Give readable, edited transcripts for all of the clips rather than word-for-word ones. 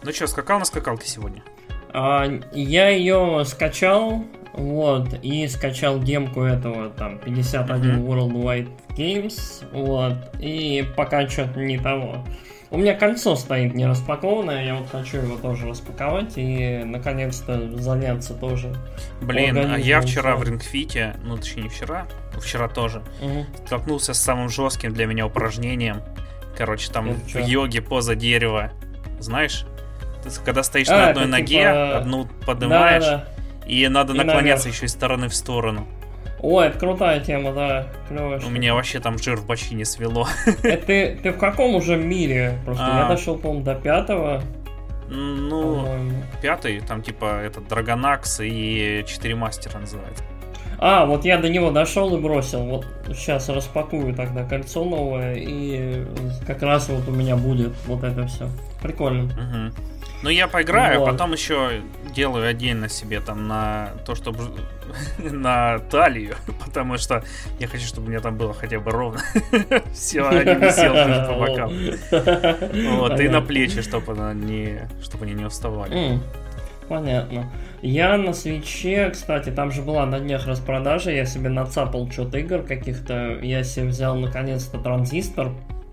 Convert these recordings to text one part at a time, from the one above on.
Ну что, скакал на скакалке сегодня? Я ее скачал, вот, и скачал демку этого, там, 51 Worldwide Games, вот, и пока что-то не того. У меня кольцо стоит не распакованное, я вот хочу его тоже распаковать и, наконец-то, заняться тоже. Блин, а я вчера в рингфите, ну, точнее, не вчера тоже, столкнулся с самым жестким для меня упражнением. Короче, там в йоге поза дерева, знаешь? Когда стоишь на одной ноге, одну поднимаешь, и надо наклоняться еще из стороны в сторону. Ой, это крутая тема, да. Клевая. У меня вообще там жир в бочине свело. Ты в каком уже мире? Просто я дошел, по-моему, до 5-го. Ну, по-моему. 5-й, там типа этот Драгонакс и 4 мастера называется. Вот я до него дошел и бросил. Вот сейчас распакую тогда кольцо новое, и как раз вот у меня будет вот это все. Прикольно. Угу. Ну, я поиграю, вот. Потом еще делаю отдельно себе там на то, чтобы на талию, потому что я хочу, чтобы у меня там было хотя бы ровно. Все, а не висел по бокам. Вот, и на плечи, чтобы они не уставали. Понятно. Я на свитче, кстати, там же была на днях распродажа, я себе нацапал что-то игр каких-то, я себе взял наконец-то транзистор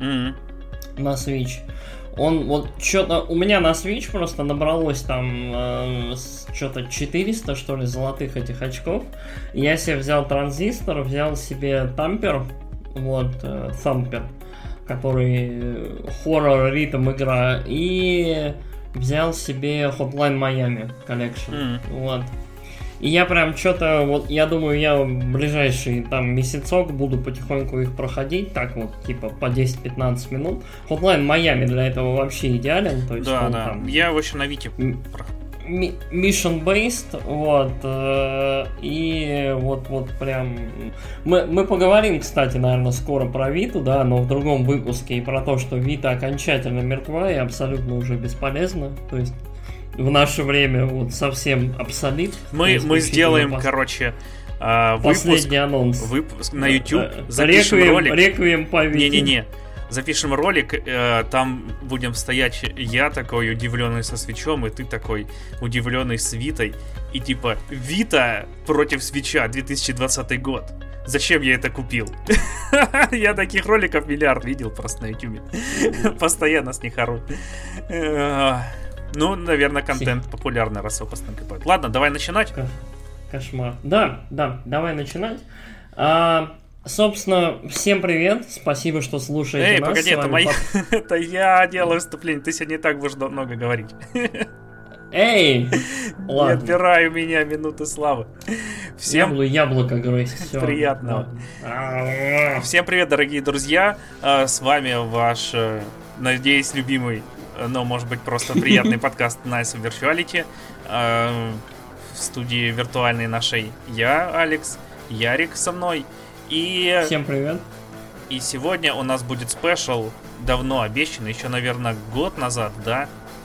на свитч. Он вот что-то у меня на Switch просто набралось там что-то 400, что ли, золотых этих очков. Я себе взял транзистор, взял себе тампер, вот, Thumper, который хоррор ритм игра, и взял себе Hotline Miami Collection, вот. И я прям что-то, вот, я думаю, я в ближайший там месяцок буду потихоньку их проходить, так вот, типа, по 10-15 минут. Hotline Miami для этого вообще идеален, то есть да, он да. Там... Я его еще на Вите mission-based, вот, и вот прям... Мы поговорим, кстати, наверное, скоро про Виту, да, но в другом выпуске, и про то, что Вита окончательно мертва и абсолютно уже бесполезна, то есть... В наше время вот совсем обсолит. Мы сделаем, короче, последний анонс. Выпуск на YouTube. Запишем ролик. Реквием по Вите. Не-не-не. Запишем ролик, там будем стоять я такой удивленный со свитчом, и ты такой удивленный с Витой. И типа, Вита против свитча 2020 год. Зачем я это купил? Я таких роликов миллиард видел просто на YouTube. Постоянно с них ору. Ну, наверное, контент популярный, раз его постоянно копают. Ладно, давай начинать. Кошмар. Да, давай начинать. Собственно, всем привет. Спасибо, что слушаете нас. Погоди, это мои... Это я делаю выступление. Ты сегодня не так будешь много говорить. Ладно. Не отбирай у меня минуты славы. Всем яблоко грызть. Приятного. Всем привет, дорогие друзья. С вами ваш, надеюсь, любимый, но, может быть, просто приятный подкаст Nice of Virtuality. В студии виртуальной нашей я, Алекс, Ярик со мной. И... Всем привет. И сегодня у нас будет спешл, давно обещанный, еще, наверное, год назад, да?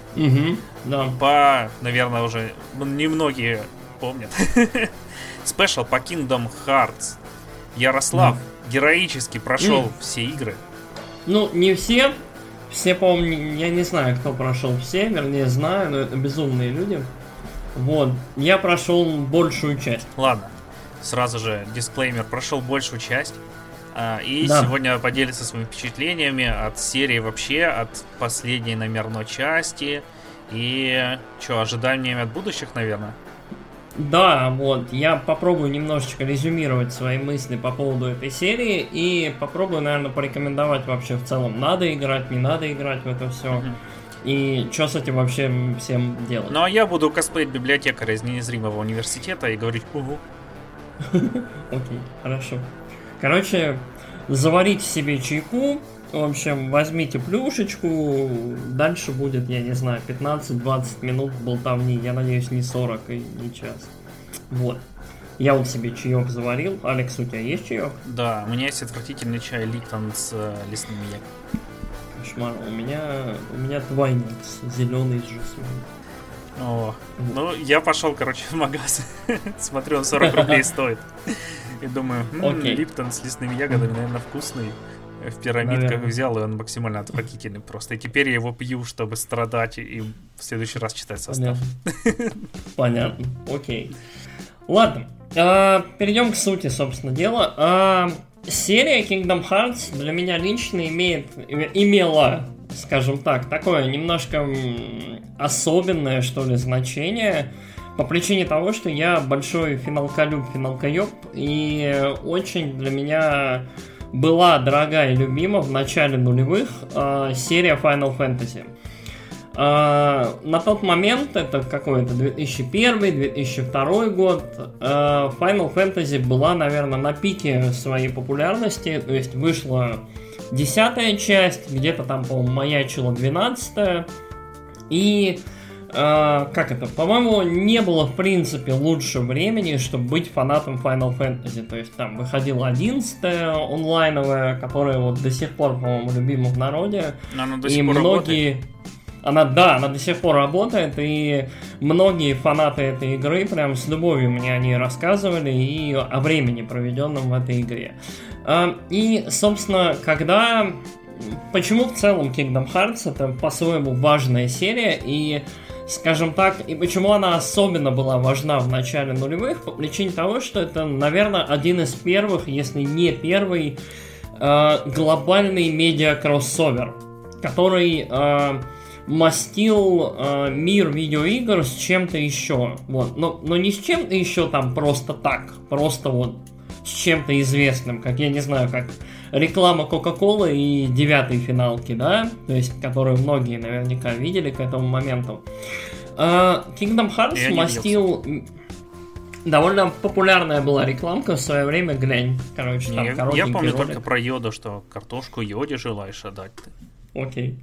Да. Наверное, уже немногие помнят. Спешл по Kingdom Hearts. Ярослав героически прошел все игры. Ну, не все. Все, по-моему, я не знаю, кто прошел все, вернее, знаю, но это безумные люди. Вот, я прошел большую часть. Ладно, сразу же дисклеймер, прошел большую часть. И сегодня поделится своими впечатлениями от серии вообще, от последней номерной части. И ожиданиями от будущих, наверное. Да, вот, я попробую немножечко резюмировать свои мысли по поводу этой серии и попробую, наверное, порекомендовать вообще в целом, надо играть, не надо играть в это все. И что с этим вообще всем делать. Ну, а я буду косплеить библиотекаря из незримого университета и говорить «Угу». Окей, хорошо. Короче, заварите себе чайку, в общем, возьмите плюшечку, дальше будет, я не знаю, 15-20 минут болтовни, я надеюсь, не 40 и не час. Вот. Я вот себе чаек заварил. Алекс, у тебя есть чаек? Да, у меня есть отвратительный чай Липтон с лесными ягодами. Кошмар, у меня двойник, зеленый с жасмином. О, ну, я пошел, короче, в магазин. Смотрю, он 40 рублей стоит. И думаю, Липтон с лесными ягодами, наверное, вкусный. в пирамидках Наверное. взял, и он максимально отвратительный просто. И теперь я его пью, чтобы страдать и в следующий раз читать состав. Понятно. Окей. Ладно. Перейдем к сути, собственно, дела. Серия Kingdom Hearts для меня лично имела, скажем так, такое немножко особенное, что ли, значение по причине того, что я большой финалкоёб, и очень для меня была дорога и любима в начале нулевых серия Final Fantasy. На тот момент, это какой-то 2001-2002 год, Final Fantasy была, наверное, на пике своей популярности, то есть вышла 10-я часть, где-то там, по-моему, маячила 12-я, и, по-моему, не было, в принципе, лучше времени, чтобы быть фанатом Final Fantasy, то есть там выходила 11-я онлайновая, которая вот до сих пор, по-моему, любима в народе, и многие... Она до сих пор работает, и многие фанаты этой игры прям с любовью мне о ней рассказывали и о времени, проведенном в этой игре. И, собственно, почему в целом Kingdom Hearts это по-своему важная серия, и, скажем так, и почему она особенно была важна в начале нулевых, по причине того, что это, наверное, один из первых, если не первый, глобальный медиа-кроссовер, который... мастил мир видеоигр с чем-то еще. Вот. Но не с чем-то еще там просто так. Просто вот с чем-то известным. Как, я не знаю, как реклама Coca-Cola и 9-й финалки, да? То есть, которую многие наверняка видели к этому моменту. Kingdom Hearts мастил... Довольно популярная была рекламка в свое время, глянь. Короче, там коротенький Я помню ролик. только про Йоду, что картошку Йоде желаешь отдать ты. Окей.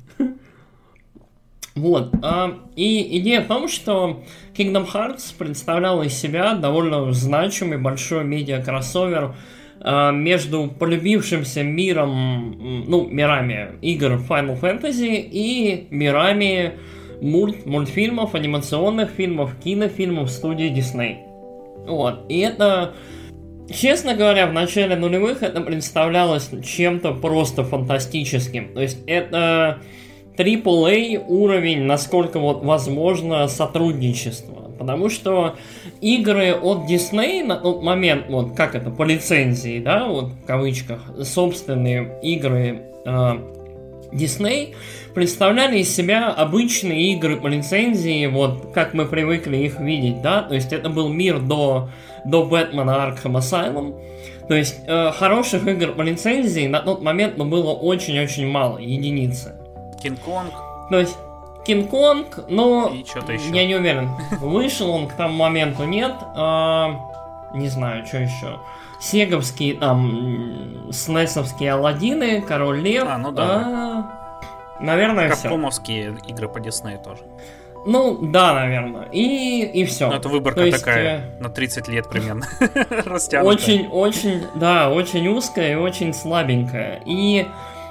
Вот, и идея в том, что Kingdom Hearts представлял из себя довольно значимый большой медиа-кроссовер между полюбившимся мирами игр Final Fantasy и мирами мультфильмов, анимационных фильмов, кинофильмов студии Disney. Вот, и это, честно говоря, в начале нулевых это представлялось чем-то просто фантастическим. То есть это... AAA уровень, насколько вот возможно сотрудничество. Потому что игры от Disney на тот момент, вот как это, по лицензии, да, вот в кавычках, собственные игры Disney представляли из себя обычные игры по лицензии, вот как мы привыкли их видеть, да, то есть это был мир до Бэтмена Arkham Asylum. То есть хороших игр по лицензии на тот момент было очень-очень мало, единицы. Кинг-Конг. То есть Кинг-Конг, но я не уверен, вышел он к тому моменту, нет. Не знаю, что еще. Сеговские, там, снесовские Аладдины, Король Лев. Ну да. Наверное, все. Капкомовские игры по Диснею тоже. Ну, да, наверное. И все. Ну, это выборка такая, на 30 лет примерно растянутая. Очень узкая и очень слабенькая. И...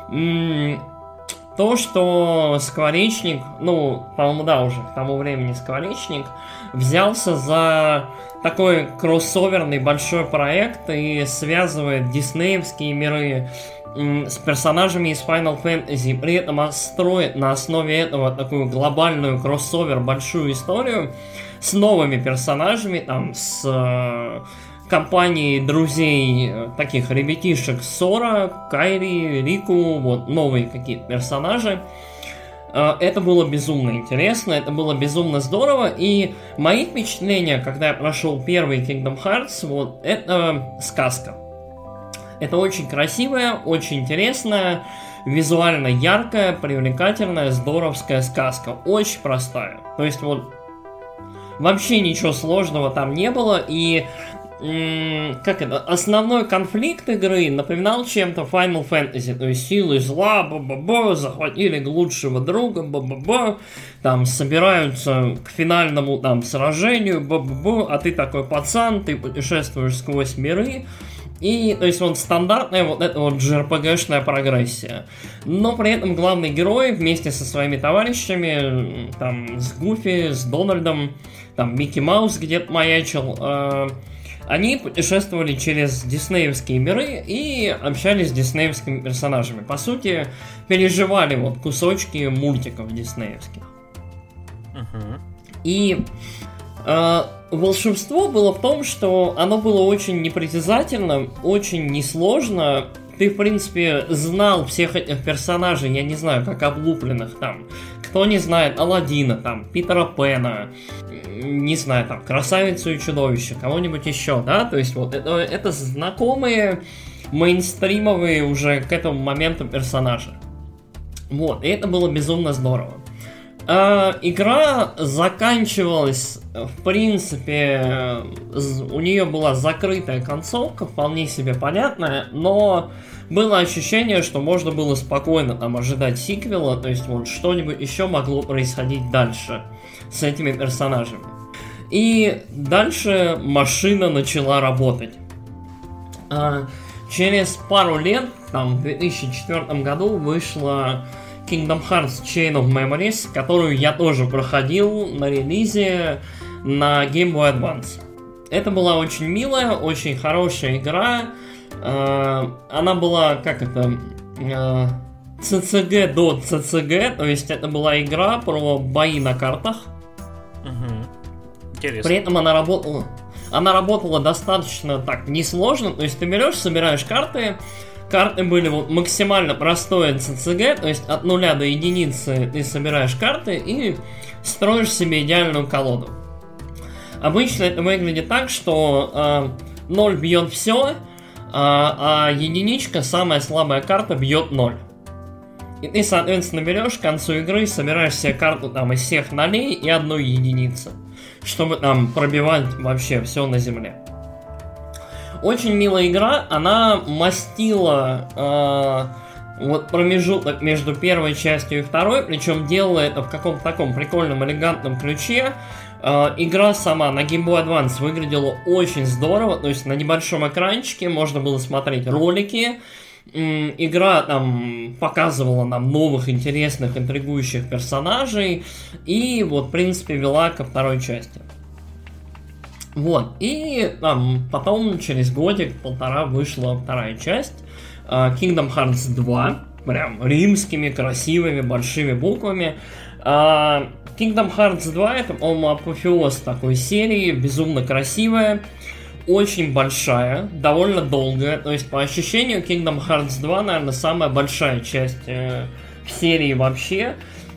то, что Скворечник, по-моему, да, уже к тому времени Скворечник взялся за такой кроссоверный большой проект и связывает диснеевские миры с персонажами из Final Fantasy, при этом строит на основе этого такую глобальную кроссовер, большую историю с новыми персонажами, там, с... компании друзей таких ребятишек Сора, Кайри, Рику, вот новые какие-то персонажи. Это было безумно интересно, это было безумно здорово, и мои впечатления, когда я прошел первый Kingdom Hearts, вот это сказка. Это очень красивая, очень интересная, визуально яркая, привлекательная, здоровская сказка. Очень простая. То есть вот вообще ничего сложного там не было, и основной конфликт игры напоминал чем-то Final Fantasy, то есть силы зла, захватили лучшего друга, там собираются к финальному там сражению, а ты такой пацан, ты путешествуешь сквозь миры, и, то есть, вот стандартная вот эта вот JRPG-шная прогрессия. Но при этом главный герой вместе со своими товарищами, там, с Гуфи, с Дональдом, там, Микки Маус где-то маячил, они путешествовали через диснеевские миры и общались с диснеевскими персонажами. По сути, переживали вот кусочки мультиков диснеевских. И волшебство было в том, что оно было очень непритязательно, очень несложно. Ты, в принципе, знал всех этих персонажей, я не знаю, как облупленных там. Кто не знает Аладдина, там, Питера Пэна, не знаю, там, Красавицу и Чудовище, кого-нибудь еще, да? То есть вот это знакомые, мейнстримовые уже к этому моменту персонажи. Вот, и это было безумно здорово. Игра заканчивалась, в принципе, у нее была закрытая концовка, вполне себе понятная, но было ощущение, что можно было спокойно там ожидать сиквела, то есть вот что-нибудь еще могло происходить дальше с этими персонажами. И дальше машина начала работать. Через пару лет, там, в 2004 году вышла Kingdom Hearts Chain of Memories, которую я тоже проходил на релизе на Game Boy Advance. Это была очень милая, очень хорошая игра. Она была, CCG до CCG, то есть это была игра про бои на картах. Интересно. При этом она работала достаточно так несложно, то есть ты берешь, собираешь карты. Карты были вот максимально простое CCG, то есть от 0 до единицы ты собираешь карты и строишь себе идеальную колоду. Обычно это выглядит так, что 0 бьет все, а единичка, самая слабая карта, бьет 0. И ты, соответственно, берешь к концу игры, собираешь себе карту там из всех нолей и одной единицы, чтобы там пробивать вообще все на земле. Очень милая игра, она мастила вот промежуток между первой частью и второй, причем делала это в каком-то таком прикольном, элегантном ключе. Игра сама на Game Boy Advance выглядела очень здорово, то есть на небольшом экранчике можно было смотреть ролики. Игра там показывала нам новых, интересных, интригующих персонажей и вот, в принципе, вела ко второй части. Вот, и там потом через годик-полтора вышла вторая часть, Kingdom Hearts 2, прям римскими, красивыми, большими буквами. Kingdom Hearts 2 это, по-моему, апофеоз такой серии, безумно красивая, очень большая, довольно долгая, то есть по ощущению Kingdom Hearts 2, наверное, самая большая часть в серии вообще.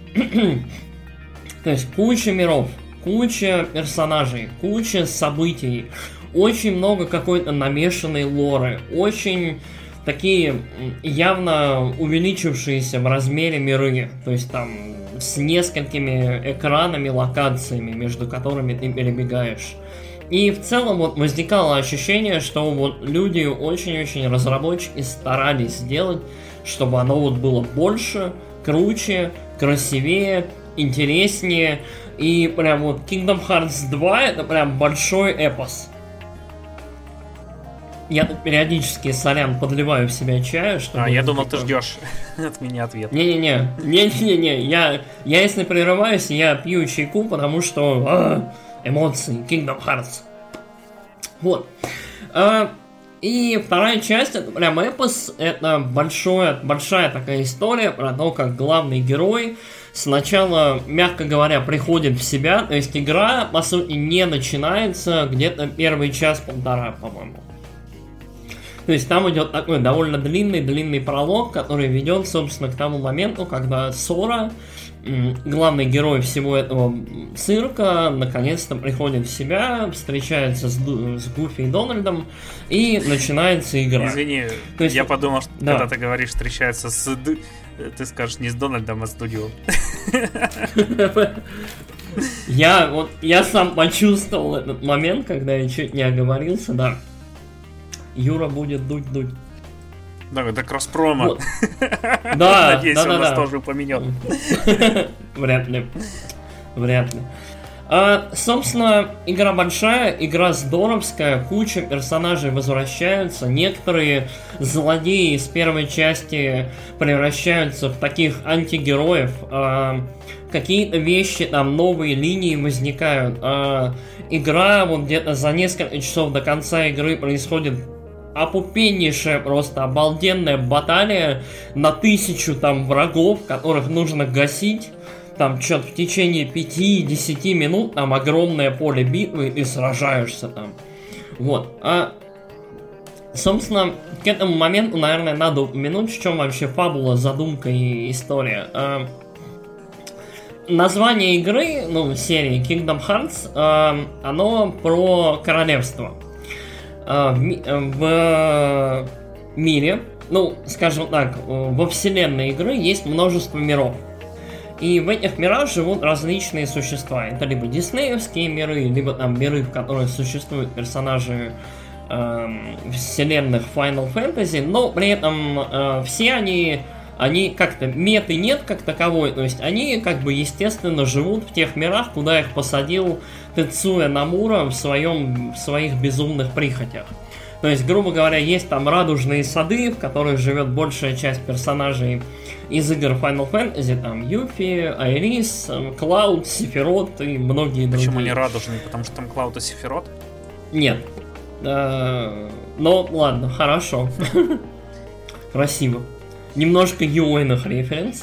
То есть куча миров, куча персонажей, куча событий, очень много какой-то намешанной лоры, очень такие явно увеличившиеся в размере миры, то есть там с несколькими экранами, локациями, между которыми ты перебегаешь. И в целом вот возникало ощущение, что вот люди очень-очень, разработчики, старались сделать, чтобы оно вот было больше, круче, красивее, интереснее. И прям вот Kingdom Hearts 2 это прям большой эпос. Я тут периодически, сорян, подливаю в себя чаю, чтобы... я думал, ты ждешь от меня ответ. Не-не-не, я если прерываюсь, я пью чайку, потому что эмоции, Kingdom Hearts. Вот. И вторая часть, это прям эпос, это большая такая история про то, как главный герой сначала, мягко говоря, приходит в себя, то есть игра, по сути, не начинается где-то первый час-полтора, по-моему. То есть там идет такой довольно длинный пролог, который ведет, собственно, к тому моменту, когда Сора, главный герой всего этого цирка, наконец-то приходит в себя, встречается с Гуфи и Дональдом, и начинается игра. Извини, то есть, я подумал, что когда ты говоришь встречается с... Ты скажешь не с Дональдом, а с Дудью. Я сам почувствовал этот момент, когда я чуть не оговорился, да. Юра будет дуть. Да, это кросс-промо. Вот. Да, надеюсь, он нас тоже упомянет. Вряд ли. Собственно, игра большая, игра здоровская, куча персонажей возвращаются, некоторые злодеи из первой части превращаются в таких антигероев, какие-то вещи, там, новые линии возникают, игра вот где-то за несколько часов до конца игры происходит опупеннейшая, просто обалденная баталия на 1000 там врагов, которых нужно гасить. Там что-то в течение 5-10 минут, там огромное поле битвы, и сражаешься там. Вот. Собственно, к этому моменту, наверное, надо упомянуть, в чем вообще фабула, задумка и история. Название игры, серии Kingdom Hearts, оно про королевство. В мире, скажем так, во вселенной игры есть множество миров. И в этих мирах живут различные существа. Это либо диснеевские миры, либо там миры, в которых существуют персонажи вселенных Final Fantasy, но при этом все они как-то меты нет как таковой, то есть они как бы естественно живут в тех мирах, куда их посадил Тецуя Намура в своих безумных прихотях. То есть, грубо говоря, есть там радужные сады, в которых живет большая часть персонажей из игр Final Fantasy, там Юфи, Айрис, Клауд, Сефирот и многие другие. Почему не радужные? Потому что там Клауд и Сефирот? Нет. Но ладно, хорошо. Красиво. Немножко юойных референс.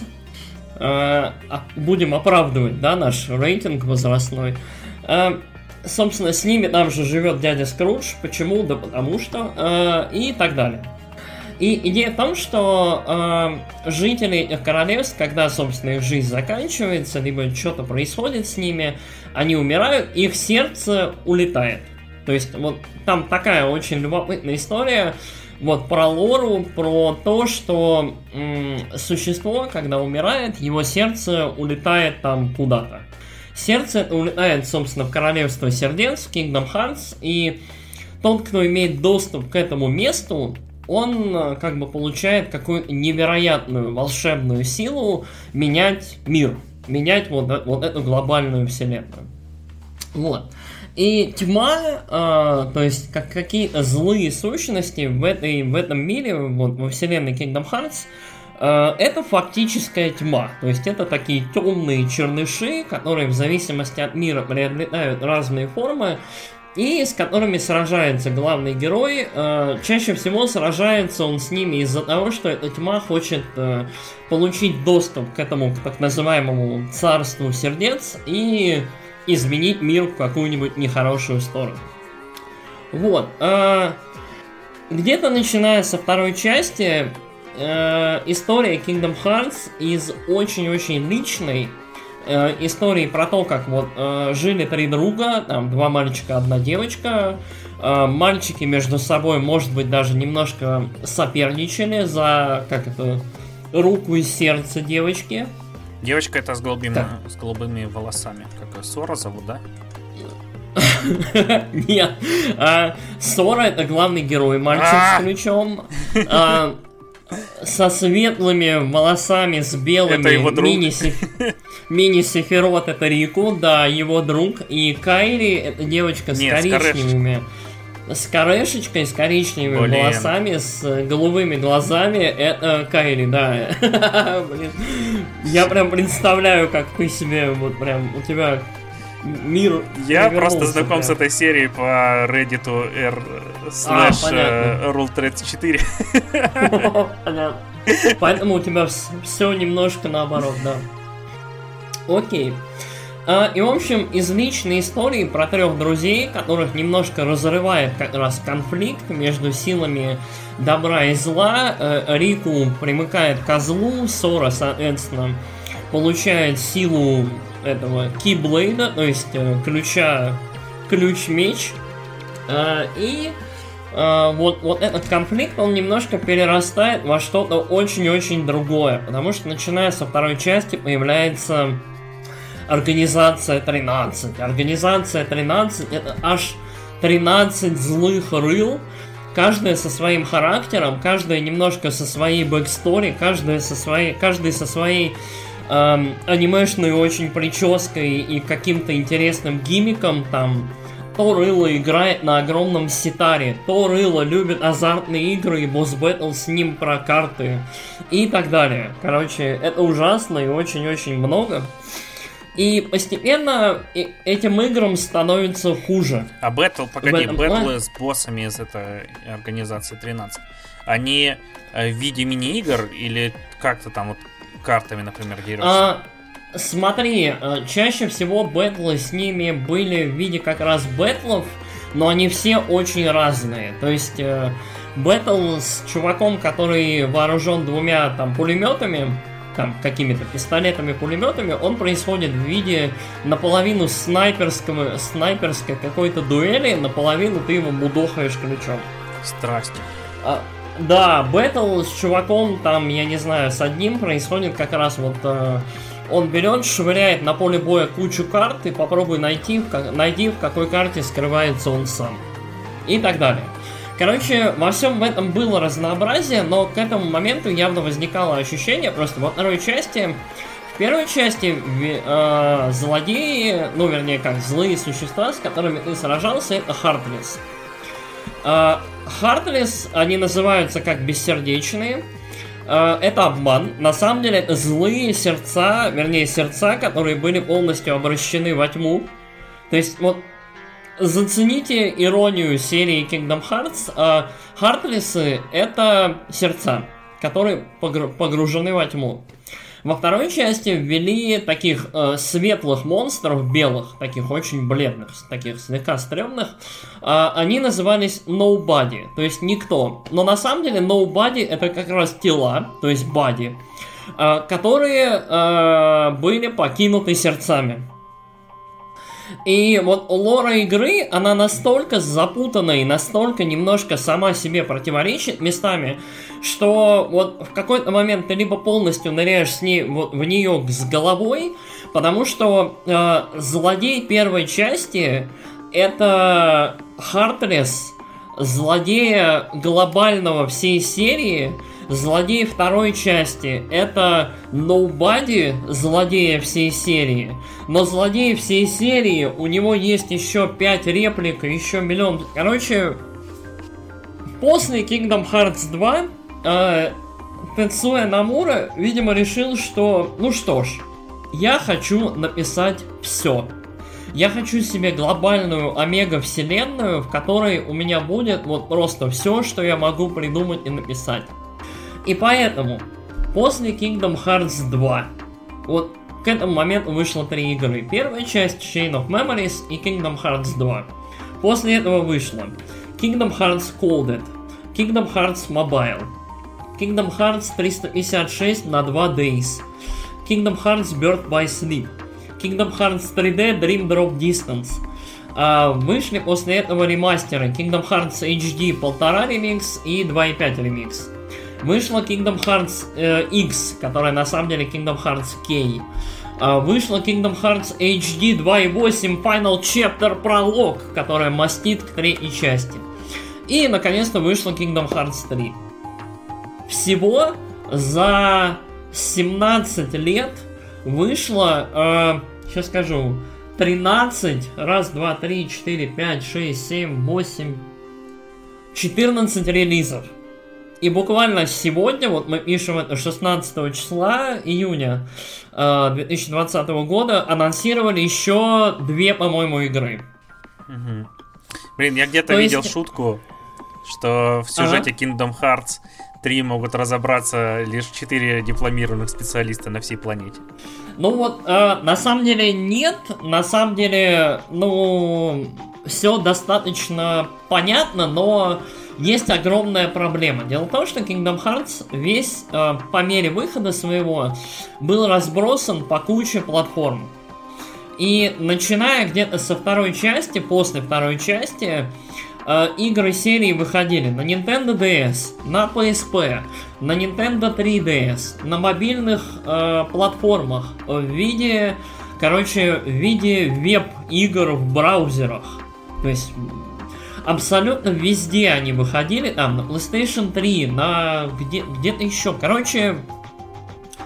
Будем оправдывать, да, наш рейтинг возрастной. Собственно, с ними там же живет дядя Скрудж. Почему? Да потому что. И так далее. И идея в том, что жители этих королевств, когда, собственно, их жизнь заканчивается, либо что-то происходит с ними, они умирают, их сердце улетает. То есть, вот там такая очень любопытная история, вот про лору, про то, что существо, когда умирает, его сердце улетает там куда-то. Сердце улетает, собственно, в королевство сердец, в Kingdom Hearts, и тот, кто имеет доступ к этому месту, он как бы получает какую-то невероятную волшебную силу менять мир, менять вот эту глобальную вселенную. Вот. И тьма, то есть как какие-то злые сущности в этом мире, вот, во вселенной Kingdom Hearts, это фактическая тьма. То есть это такие темные черныши, которые в зависимости от мира приобретают разные формы, и с которыми сражается главный герой. Чаще всего сражается он с ними из-за того, что эта тьма хочет получить доступ к этому, к так называемому царству сердец, и изменить мир в какую-нибудь нехорошую сторону. Вот. Где-то начиная со второй части, история Kingdom Hearts из очень-очень личной истории про то, как вот жили 3 друга, там 2 мальчика, 1 девочка. Мальчики между собой, может быть, даже немножко соперничали за, руку и сердце девочки. Девочка это с голубыми волосами. Как Сора зовут, да? Нет. Сора это главный герой, мальчик с ключом. Со светлыми волосами, с белыми. Мини-Сефирот это Рику, да, его друг. И Кайли это девочка с коричневыми. С корешечкой, с коричневыми волосами, с голубыми глазами. Это Кайли, да. Блин. Я прям представляю, как ты себе, вот прям, у тебя мир... Я просто знаком с этой серией по Reddit r/Rule34. Понятно. Поэтому у тебя все немножко наоборот, да. Окей. И, в общем, из личной истории про 3 друзей, которых немножко разрывает как раз конфликт между силами добра и зла, Рику примыкает к злу, Сора, соответственно, получает силу этого Keyblade, то есть ключ-меч, и вот этот конфликт, он немножко перерастает во что-то очень-очень другое, потому что, начиная со второй части, появляется Организация 13. Организация 13 это аж 13 злых рыл, каждая со своим характером, каждая немножко со своей бэкстори, каждый со своей анимешной очень прической и каким-то интересным гиммиком, там, то Рыло играет на огромном ситаре, то Рыло любит азартные игры и босс-баттл с ним про карты и так далее. Короче, это ужасно и очень-очень много. И постепенно этим играм становится хуже. А бэттлы с боссами из этой организации 13, они в виде мини-игр или как-то там вот картами, например, дерешься? Смотри, чаще всего бэтлы с ними были в виде как раз бэтлов, но они все очень разные. То есть бэтл с чуваком, который вооружен двумя там пулеметами, там какими-то пистолетами-пулеметами, он происходит в виде наполовину снайперской какой-то дуэли, наполовину ты его мудохаешь ключом. Страсти. Да, бэтл с чуваком, там, я не знаю, с одним происходит как раз вот... Он берет, швыряет на поле боя кучу карт и попробуй найди, в какой карте скрывается он сам. И так далее. Короче, во всем этом было разнообразие, но к этому моменту явно возникало ощущение, просто во второй части... В первой части злодеи, ну вернее как, злые существа, с которыми ты сражался, это Heartless. Heartless, они называются как бессердечные. Это обман. На самом деле это злые сердца, вернее сердца, которые были полностью обращены во тьму. То есть вот зацените иронию серии Kingdom Hearts. Heartless это сердца, которые погружены во тьму. Во второй части ввели таких светлых монстров, белых, таких очень бледных, таких слегка стрёмных. Они назывались Nobody, то есть никто. Но на самом деле Nobody это как раз тела, то есть body, которые были покинуты сердцами. И вот лора игры, она настолько запутанная и настолько немножко сама себе противоречит местами, что вот в какой-то момент ты либо полностью ныряешь с ней, вот, в нее с головой, потому что злодей первой части это Heartless, злодея глобального всей серии. Злодей второй части это Nobody, злодея всей серии. Но злодей всей серии, у него есть еще 5 реплик, еще миллион. Короче, после Kingdom Hearts 2 Тецуя Намура, видимо, решил, что, ну что ж, я хочу написать все. Я хочу себе глобальную омега-вселенную, в которой у меня будет вот просто все, что я могу придумать и написать. И поэтому, после Kingdom Hearts 2, вот к этому моменту вышло 3 игры. Первая часть Chain of Memories и Kingdom Hearts 2. После этого вышло Kingdom Hearts Coded, Kingdom Hearts Mobile, Kingdom Hearts 356 на 2 Days, Kingdom Hearts Birth by Sleep, Kingdom Hearts 3D Dream Drop Distance. Вышли после этого ремастеры Kingdom Hearts HD 1.5 ремикс и 2.5 ремикс. Вышла Kingdom Hearts X, которая на самом деле Kingdom Hearts K. Вышла Kingdom Hearts HD 2.8 Final Chapter Prologue, которая мастит к третьей части. И, наконец-то, вышла Kingdom Hearts 3. Всего за 17 лет вышло, сейчас скажу, 13, раз, два, три, 4, 5, 6, 7, 8, 14 релизов. И буквально сегодня, вот мы пишем это 16 числа июня 2020 года, анонсировали еще 2, по-моему, игры. Угу. Блин, я где-то видел шутку, что в сюжете Kingdom Hearts 3 могут разобраться лишь 4 дипломированных специалиста на всей планете. Ну вот, на самом деле нет, на самом деле, ну, все достаточно понятно, но есть огромная проблема. Дело в том, что Kingdom Hearts весь по мере выхода своего был разбросан по куче платформ. И начиная где-то со второй части, после второй части, игры серии выходили на Nintendo DS, на PSP, на Nintendo 3DS, на мобильных платформах в виде, в виде веб-игр в браузерах. То есть абсолютно везде они выходили, там на PlayStation 3, на где-то еще. Короче,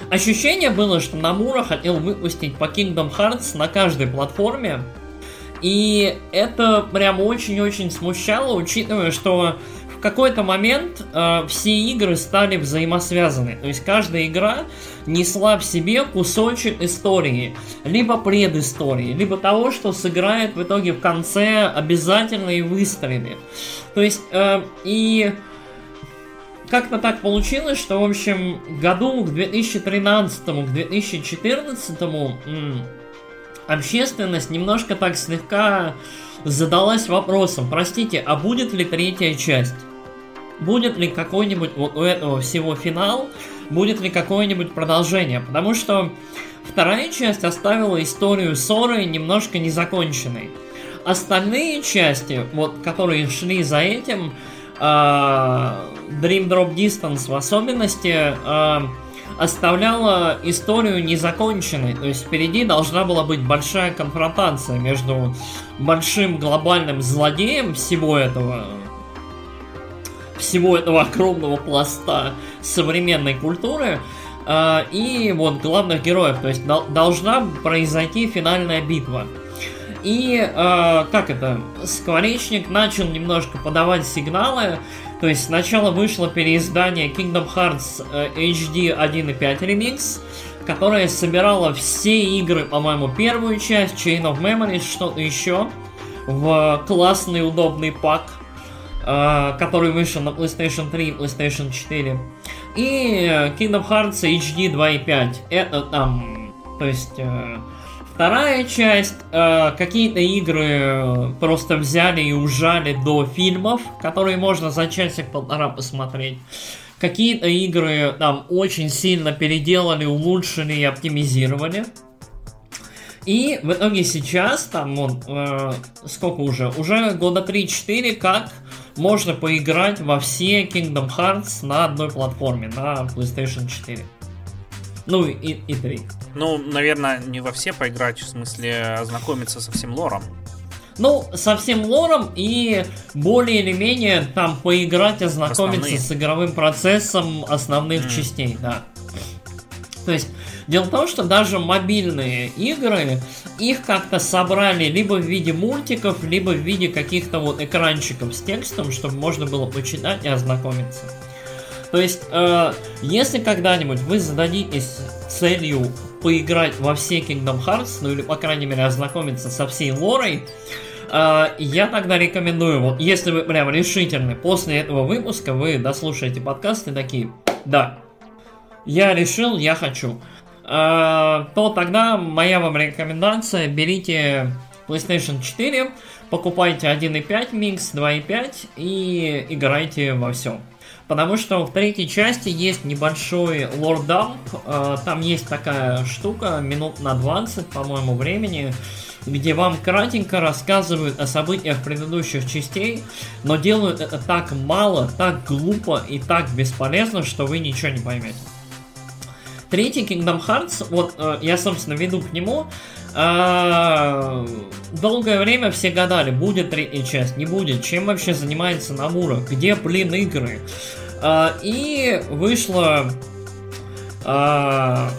ощущение было, что Nomura хотел выпустить по Kingdom Hearts на каждой платформе. И это прям очень-очень смущало, учитывая, что в какой-то момент все игры стали взаимосвязаны. То есть каждая игра несла в себе кусочек истории, либо предыстории, либо того, что сыграет в итоге в конце обязательно и выстрелит. То есть и как-то так получилось, что в общем году к 2013 к 2014 общественность немножко так слегка задалась вопросом: простите, а будет ли третья часть? Будет ли какой-нибудь вот у этого всего финал? Будет ли какое-нибудь продолжение? Потому что вторая часть оставила историю Соры немножко незаконченной. Остальные части, вот, которые шли за этим, Dream Drop Distance в особенности, оставляла историю незаконченной. То есть впереди должна была быть большая конфронтация между большим глобальным злодеем всего этого огромного пласта современной культуры и вот главных героев. То есть должна произойти финальная битва. И Скворечник начал немножко подавать сигналы. То есть сначала вышло переиздание Kingdom Hearts HD 1.5 Remix, которое собирало все игры, по-моему, первую часть, Chain of Memories, что-то еще, в классный удобный пак, который вышел на PlayStation 3 и PlayStation 4. И Kingdom Hearts HD 2.5. Это там, то есть вторая часть, какие-то игры просто взяли и ужали до фильмов, которые можно за часик-полтора посмотреть. Какие-то игры там очень сильно переделали, улучшили и оптимизировали. И в итоге сейчас, там, сколько уже? Уже года 3-4, как можно поиграть во все Kingdom Hearts на одной платформе, на PlayStation 4. Ну и 3. Ну, наверное, не во все поиграть, в смысле ознакомиться со всем лором. Ну, со всем лором и более или менее там поиграть, ознакомиться с игровым процессом основных частей, да. То есть, дело в том, что даже мобильные игры, их как-то собрали либо в виде мультиков, либо в виде каких-то вот экранчиков с текстом, чтобы можно было почитать и ознакомиться. То есть, если когда-нибудь вы зададитесь целью поиграть во все Kingdom Hearts, ну или, по крайней мере, ознакомиться со всей лорой, я тогда рекомендую, вот если вы прям решительны, после этого выпуска вы дослушаете подкаст и такие: да, я решил, я хочу, то тогда моя вам рекомендация: берите PlayStation 4, покупайте 1.5 микс, 2.5 и играйте во все. Потому что в третьей части есть небольшой лор-дамп, там есть такая штука, минут на 20, по-моему, времени, где вам кратенько рассказывают о событиях предыдущих частей, но делают это так мало, так глупо и так бесполезно, что вы ничего не поймете. Третий Kingdom Hearts, вот я, собственно, веду к нему. Долгое время все гадали, будет третья часть, не будет, чем вообще занимается Nomura, где, блин, игры. И вышло 2.8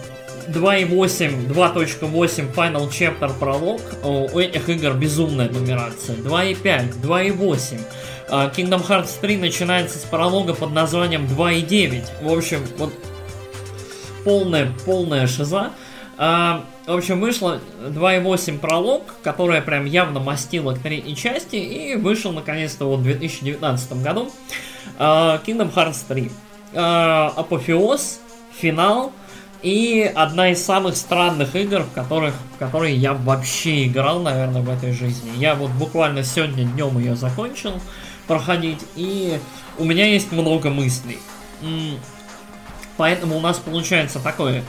Final Chapter пролог. У этих игр безумная нумерация. 2.5, 2.8. Kingdom Hearts 3 начинается с пролога под названием 2.9. В общем, вот полная шиза. В общем, вышло 2.8 пролог, которая прям явно мастила к третьей части, и вышел наконец-то вот в 2019 году Kingdom Hearts 3. Апофеоз, финал и одна из самых странных игр, в которые я вообще играл, наверное, в этой жизни. Я вот буквально сегодня днем ее закончил проходить, и у меня есть много мыслей. Поэтому у нас получается такое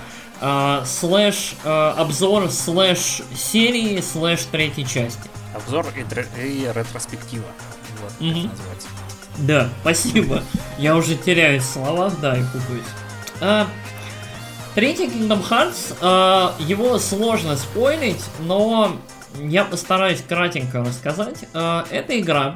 обзор серии третьей части. Обзор и ретроспектива. Вот, как называется. Да, спасибо. Я уже теряюсь в словах, да, и путаюсь. Третий Kingdom Hearts, его сложно спойлить, но я постараюсь кратенько рассказать. Эта игра,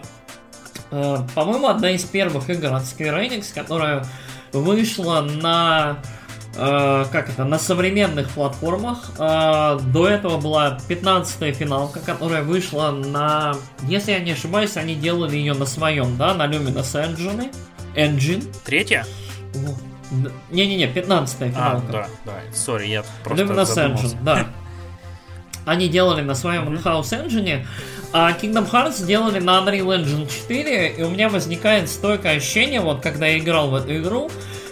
по-моему, одна из первых игр от Square Enix, которая вышла на на современных платформах. До этого была 15-я финалка, которая вышла на... Если я не ошибаюсь, они делали ее на своем, да, на Luminous Engine. Третья? Не-не-не, 15-я финалка. Да, сори, я просто Luminous задумался. Engine, да. Они делали на своем in-house engine, а Kingdom Hearts делали на Unreal Engine 4, и у меня возникает стойкое ощущение, вот когда я играл в эту игру,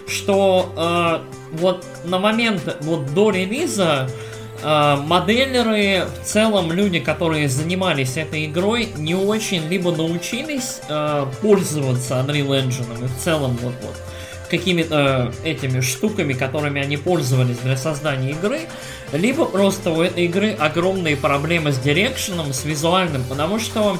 что вот на момент вот до релиза моделеры, в целом люди, которые занимались этой игрой, не очень либо научились пользоваться Unreal Engine, и в целом вот какими-то этими штуками, которыми они пользовались для создания игры, либо просто у этой игры огромные проблемы с дирекшеном, с визуальным, потому что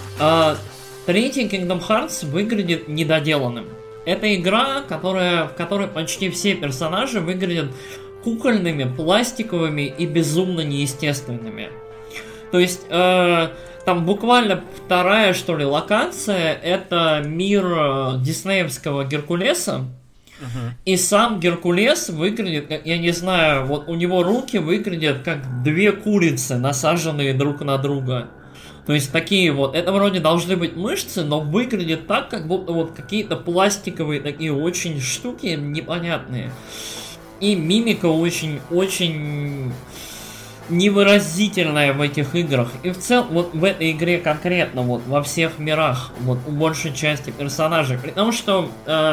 третий Kingdom Hearts выглядит недоделанным. Это игра, в которой почти все персонажи выглядят кукольными, пластиковыми и безумно неестественными. То есть там буквально вторая, что ли, локация — это мир диснеевского Геркулеса. И сам Геркулес выглядит, я не знаю, вот у него руки выглядят как две курицы, насаженные друг на друга. То есть такие вот, это вроде должны быть мышцы, но выглядит так, как будто вот какие-то пластиковые такие очень штуки непонятные. И мимика очень невыразительная в этих играх. И в целом, вот в этой игре конкретно, вот во всех мирах, вот у большей части персонажей. Потому что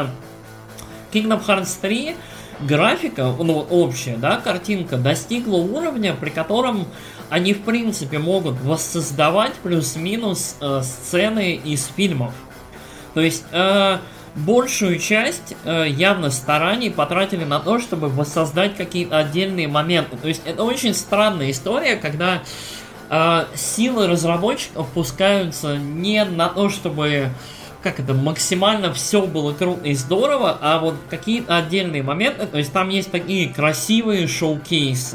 Kingdom Hearts 3 графика, ну общая, да, картинка достигла уровня, при котором они в принципе могут воссоздавать плюс-минус сцены из фильмов. То есть большую часть явно стараний потратили на то, чтобы воссоздать какие-то отдельные моменты. То есть это очень странная история, когда силы разработчиков пускаются не на то, чтобы максимально все было круто и здорово, а вот какие-то отдельные моменты. То есть там есть такие красивые шоу-кейсы.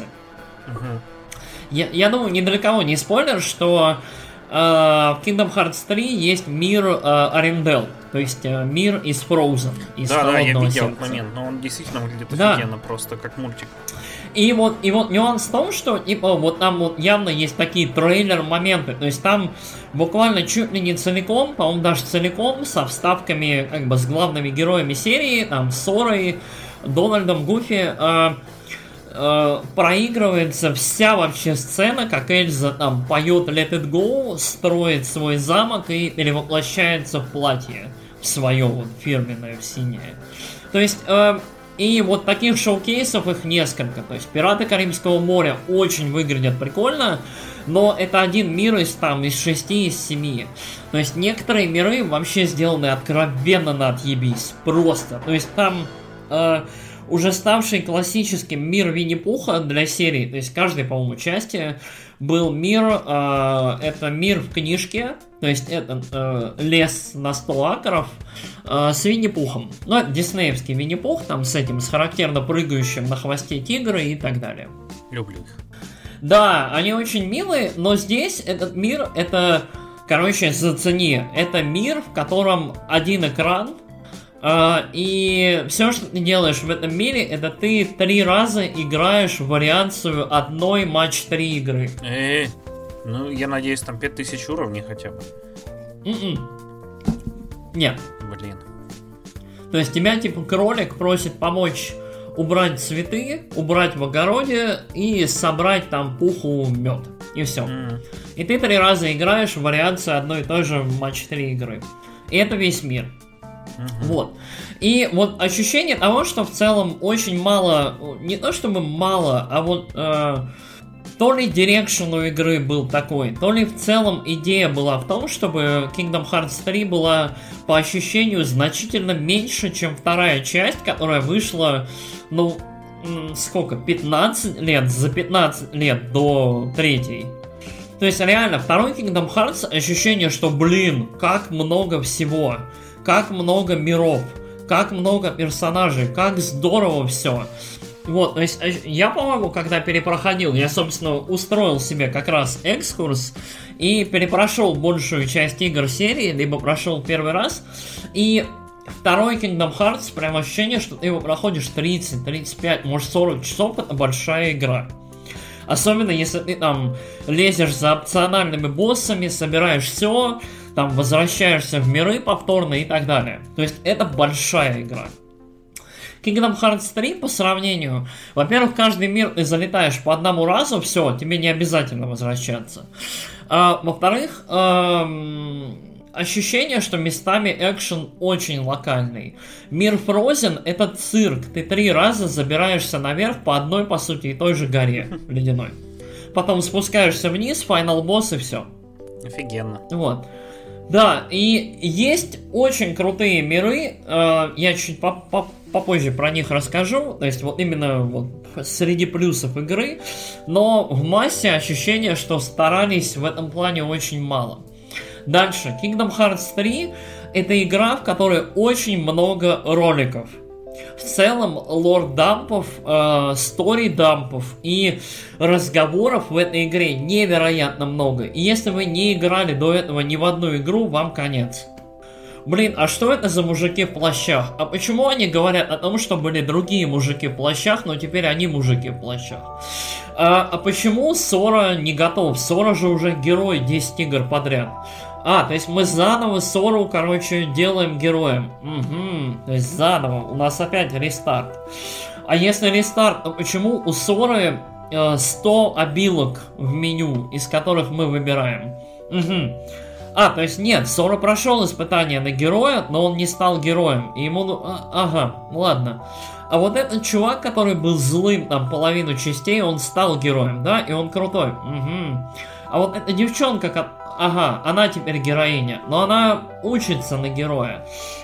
Я думаю, ни для кого не спойлер, что в Kingdom Hearts 3 есть мир Арендел, то есть мир из Frozen. Из да, я видел сердца. этот момент, но он действительно выглядит офигенно, просто как мультик. И вот нюанс в том, что вот там вот явно есть такие трейлер-моменты, то есть там буквально чуть ли не целиком, по-моему, даже целиком, со вставками с главными героями серии, там, Сорой, Дональдом, Гуфи, проигрывается вся вообще сцена, как Эльза там поет Let It Go, строит свой замок и перевоплощается в платье, в свое вот фирменное, в синее. То есть, и вот таких шоу-кейсов их несколько. То есть Пираты Карибского моря очень выглядят прикольно, но это один мир из 6, из 7. То есть некоторые миры вообще сделаны откровенно на отъебись. Просто. То есть там уже ставший классическим мир Винни-Пуха для серии, то есть каждой, по-моему, части был мир, это мир в книжке, то есть это лес на 100 акров с Винни-Пухом. Ну, это диснеевский Винни-Пух, там с характерно прыгающим на хвосте тигра и так далее. Люблю их. Да, они очень милые, но здесь этот мир, это, зацени, это мир, в котором один экран, и все, что ты делаешь в этом мире, это ты 3 раза играешь в вариацию одной матч 3 игры. Ну, я надеюсь, там 5000 уровней хотя бы. Нет. Блин. То есть тебя, кролик просит помочь убрать цветы, убрать в огороде и собрать там пуху мед. И все. И ты 3 раза играешь в вариацию одной и той же матч 3 игры. И это весь мир. Вот. И вот ощущение того, что в целом очень мало, не то чтобы мало, а вот то ли дирекшн у игры был такой, то ли в целом идея была в том, чтобы Kingdom Hearts 3 была по ощущению значительно меньше, чем вторая часть, которая вышла, 15 лет, за 15 лет до третьей. То есть реально, второй Kingdom Hearts ощущение, что, как много всего. Как много миров, как много персонажей, как здорово все. Вот, то есть я, по-моему, когда перепроходил, я, собственно, устроил себе как раз экскурс и перепрошел большую часть игр серии, либо прошел первый раз. И второй Kingdom Hearts, прям ощущение, что ты его проходишь 30, 35, может 40 часов, это большая игра. Особенно если ты там лезешь за опциональными боссами, собираешь все, там возвращаешься в миры повторно и так далее. То есть это большая игра. Kingdom Hearts 3 по сравнению, во-первых, каждый мир ты залетаешь по одному разу, все, тебе не обязательно возвращаться. Во-вторых, ощущение, что местами экшен очень локальный. Мир Frozen — это цирк. Ты 3 раза забираешься наверх по одной, по сути, и той же горе ледяной. Потом спускаешься вниз, финал босс и все. Офигенно. Вот. Да, и есть очень крутые миры. Я чуть попозже про них расскажу. То есть вот именно вот среди плюсов игры. Но в массе ощущение, что старались в этом плане очень мало. Дальше, Kingdom Hearts 3 — это игра, в которой очень много роликов. В целом, лор-дампов, стори-дампов и разговоров в этой игре невероятно много. И если вы не играли до этого ни в одну игру, вам конец. Блин, а что это за мужики в плащах? А почему они говорят о том, что были другие мужики в плащах, но теперь они мужики в плащах? А почему Сора не готов? Сора же уже герой 10 игр подряд. То есть мы заново Сору, делаем героем. То есть заново. У нас опять рестарт. А если рестарт, то почему у Соры 100 обилок в меню, из которых мы выбираем? То есть нет, Сора прошел испытание на героя, но он не стал героем. И ему... ладно. А вот этот чувак, который был злым там половину частей, он стал героем, да? И он крутой. А вот эта девчонка, она теперь героиня, но она учится на героя.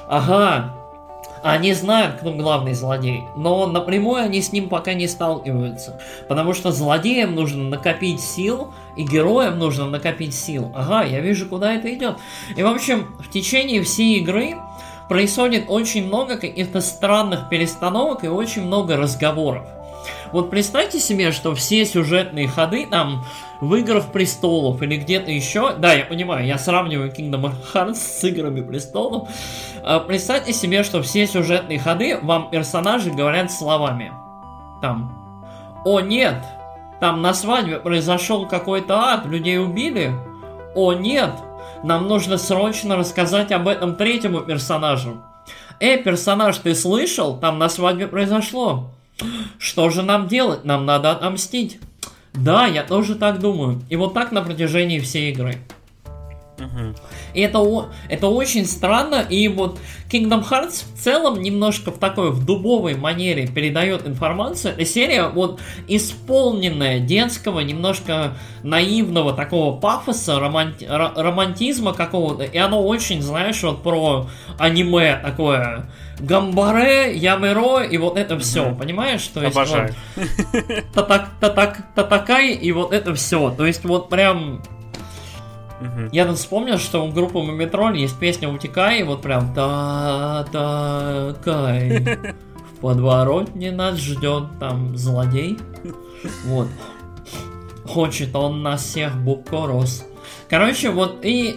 Они знают, кто главный злодей, но напрямую они с ним пока не сталкиваются. Потому что злодеям нужно накопить сил, и героям нужно накопить сил. Я вижу, куда это идет. И в общем, в течение всей игры происходит очень много каких-то странных перестановок и очень много разговоров. Вот представьте себе, что все сюжетные ходы там в «Играх престолов» или где-то еще... Да, я понимаю, я сравниваю Kingdom Hearts с «Играми престолов». Представьте себе, что все сюжетные ходы вам персонажи говорят словами. Там: «О нет, там на свадьбе произошел какой-то ад, людей убили. О нет, нам нужно срочно рассказать об этом третьему персонажу. Персонаж, ты слышал? Там на свадьбе произошло. Что же нам делать? Нам надо отомстить». Да, я тоже так думаю. И вот так на протяжении всей игры. И это очень странно. И вот Kingdom Hearts в целом немножко в такой в дубовой манере передает информацию. Эта серия вот исполненная детского, немножко наивного такого пафоса, романтизма какого-то. И оно очень, знаешь, вот про аниме такое. Гамбаре, Ямеро и вот это все, понимаешь? То есть обожаю. Вот, Татакай и вот это все. То есть вот прям... Я тут вспомнил, что у группы Мумитроль есть песня «Утекай», и вот прям «Татакай». В подворотне нас ждет там злодей. Вот. Хочет он нас всех букорос. Короче, вот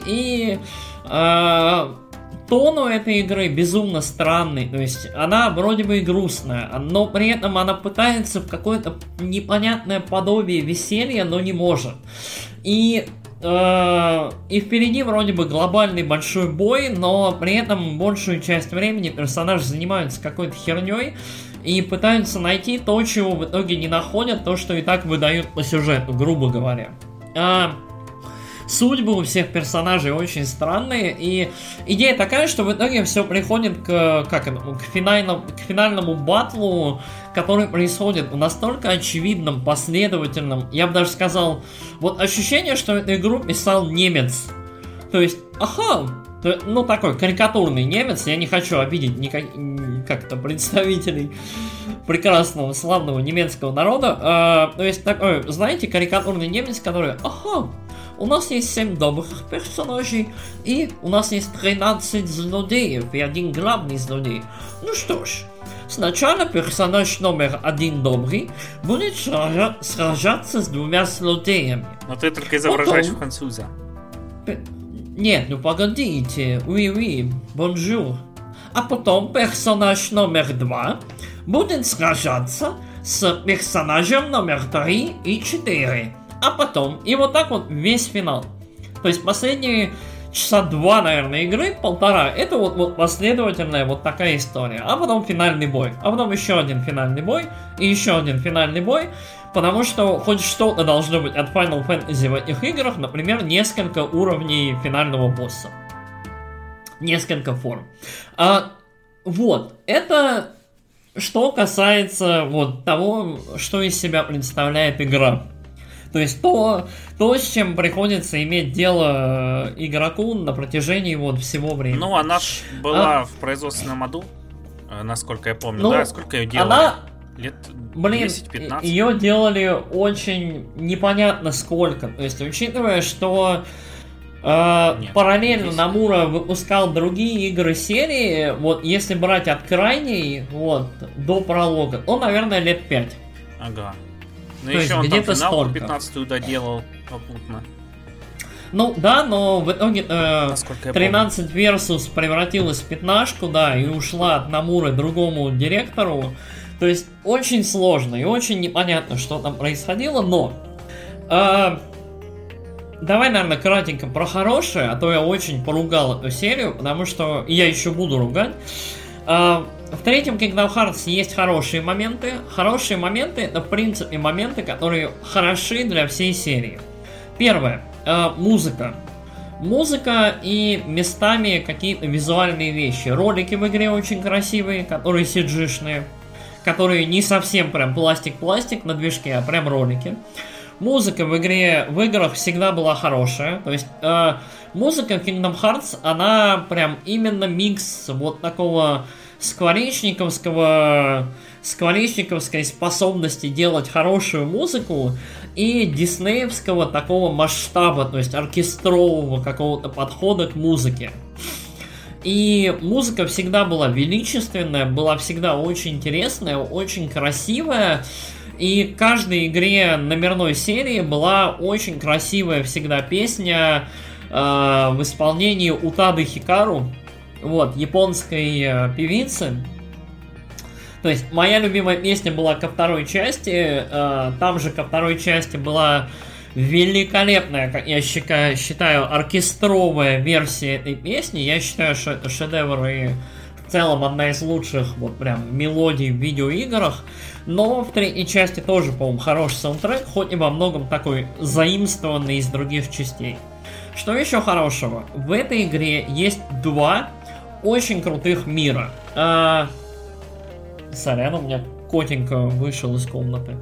тон у этой игры безумно странный, то есть она вроде бы и грустная, но при этом она пытается в какое-то непонятное подобие веселья, но не может. И впереди вроде бы глобальный большой бой, но при этом большую часть времени персонажи занимаются какой-то херней и пытаются найти то, чего в итоге не находят, то, что и так выдают по сюжету, грубо говоря. Судьбы у всех персонажей очень странные, и идея такая, что в итоге все приходит к финальному батлу, который происходит в настолько очевидном, последовательном, я бы даже сказал, вот ощущение, что эту игру писал немец. То есть, такой карикатурный немец, я не хочу обидеть как-то представителей прекрасного, славного немецкого народа, то есть такой, знаете, карикатурный немец, который, у нас есть 7 добрых персонажей, и у нас есть 13 злодеев, и один главный злодей. Ну что ж, сначала персонаж номер 1 добрый будет сражаться с 2 злодеями. Но ты только изображаешь француза. Нет, ну погодите, oui, bonjour. а потом персонаж номер 2 будет сражаться с персонажем номер 3 и 4. А потом, и вот так вот весь финал. То есть последние часа 2, наверное, игры, 1,5, это вот последовательная вот такая история. А потом финальный бой. А потом еще один финальный бой. И еще один финальный бой. Потому что хоть что-то должно быть от Final Fantasy в этих играх. Например, несколько уровней финального босса. Несколько форм. Вот. Это что касается вот того, что из себя представляет игра. То есть то, с чем приходится иметь дело игроку на протяжении вот всего времени. Ну, она ж была в производственном аду, насколько я помню, да? Сколько ее делали? Лет 10-15? Ее делали очень непонятно сколько. То есть, учитывая, что параллельно Nomura выпускал другие игры серии, вот если брать от крайней, вот, до пролога, то, наверное, лет 5. Ага. Ну еще он там финал 15-ю доделал попутно. Ну да, но в итоге 13 Versus превратилась в 15-ку, да, и ушла от Nomura другому директору. То есть очень сложно и очень непонятно, что там происходило, но давай, наверное, кратенько про хорошее, а то я очень поругал эту серию, потому что я еще буду ругать. В третьем Kingdom Hearts есть хорошие моменты. Хорошие моменты — это, в принципе, моменты, которые хороши для всей серии. Первое. Музыка. Музыка и местами какие-то визуальные вещи. Ролики в игре очень красивые, которые CG-шные, которые не совсем прям пластик-пластик на движке, а прям ролики. Музыка в играх всегда была хорошая. То есть музыка в Kingdom Hearts, она прям именно микс вот такого скворечниковской способности делать хорошую музыку и диснеевского такого масштаба, то есть оркестрового какого-то подхода к музыке. И музыка всегда была величественная, была всегда очень интересная, очень красивая. И в каждой игре номерной серии была очень красивая всегда песня в исполнении Утады Хикару, вот, японской певицы. То есть моя любимая песня была ко второй части, там же ко второй части была великолепная, как я считаю, оркестровая версия этой песни. Я считаю, что это шедевр и в целом одна из лучших вот прям мелодий в видеоиграх. Но в третьей части тоже, по-моему, хороший саундтрек, хоть и во многом такой заимствованный из других частей. Что еще хорошего? В этой игре есть 2 очень крутых мира. Сорян, у меня котенька вышел из комнаты.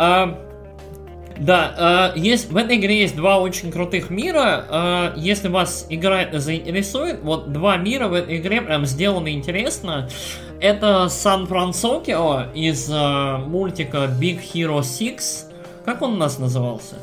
Да, в этой игре есть 2 очень крутых мира. Если вас игра это заинтересует, вот 2 мира в этой игре прям сделаны интересно. Это Сан-Франсокио из мультика Big Hero 6. Как он у нас назывался?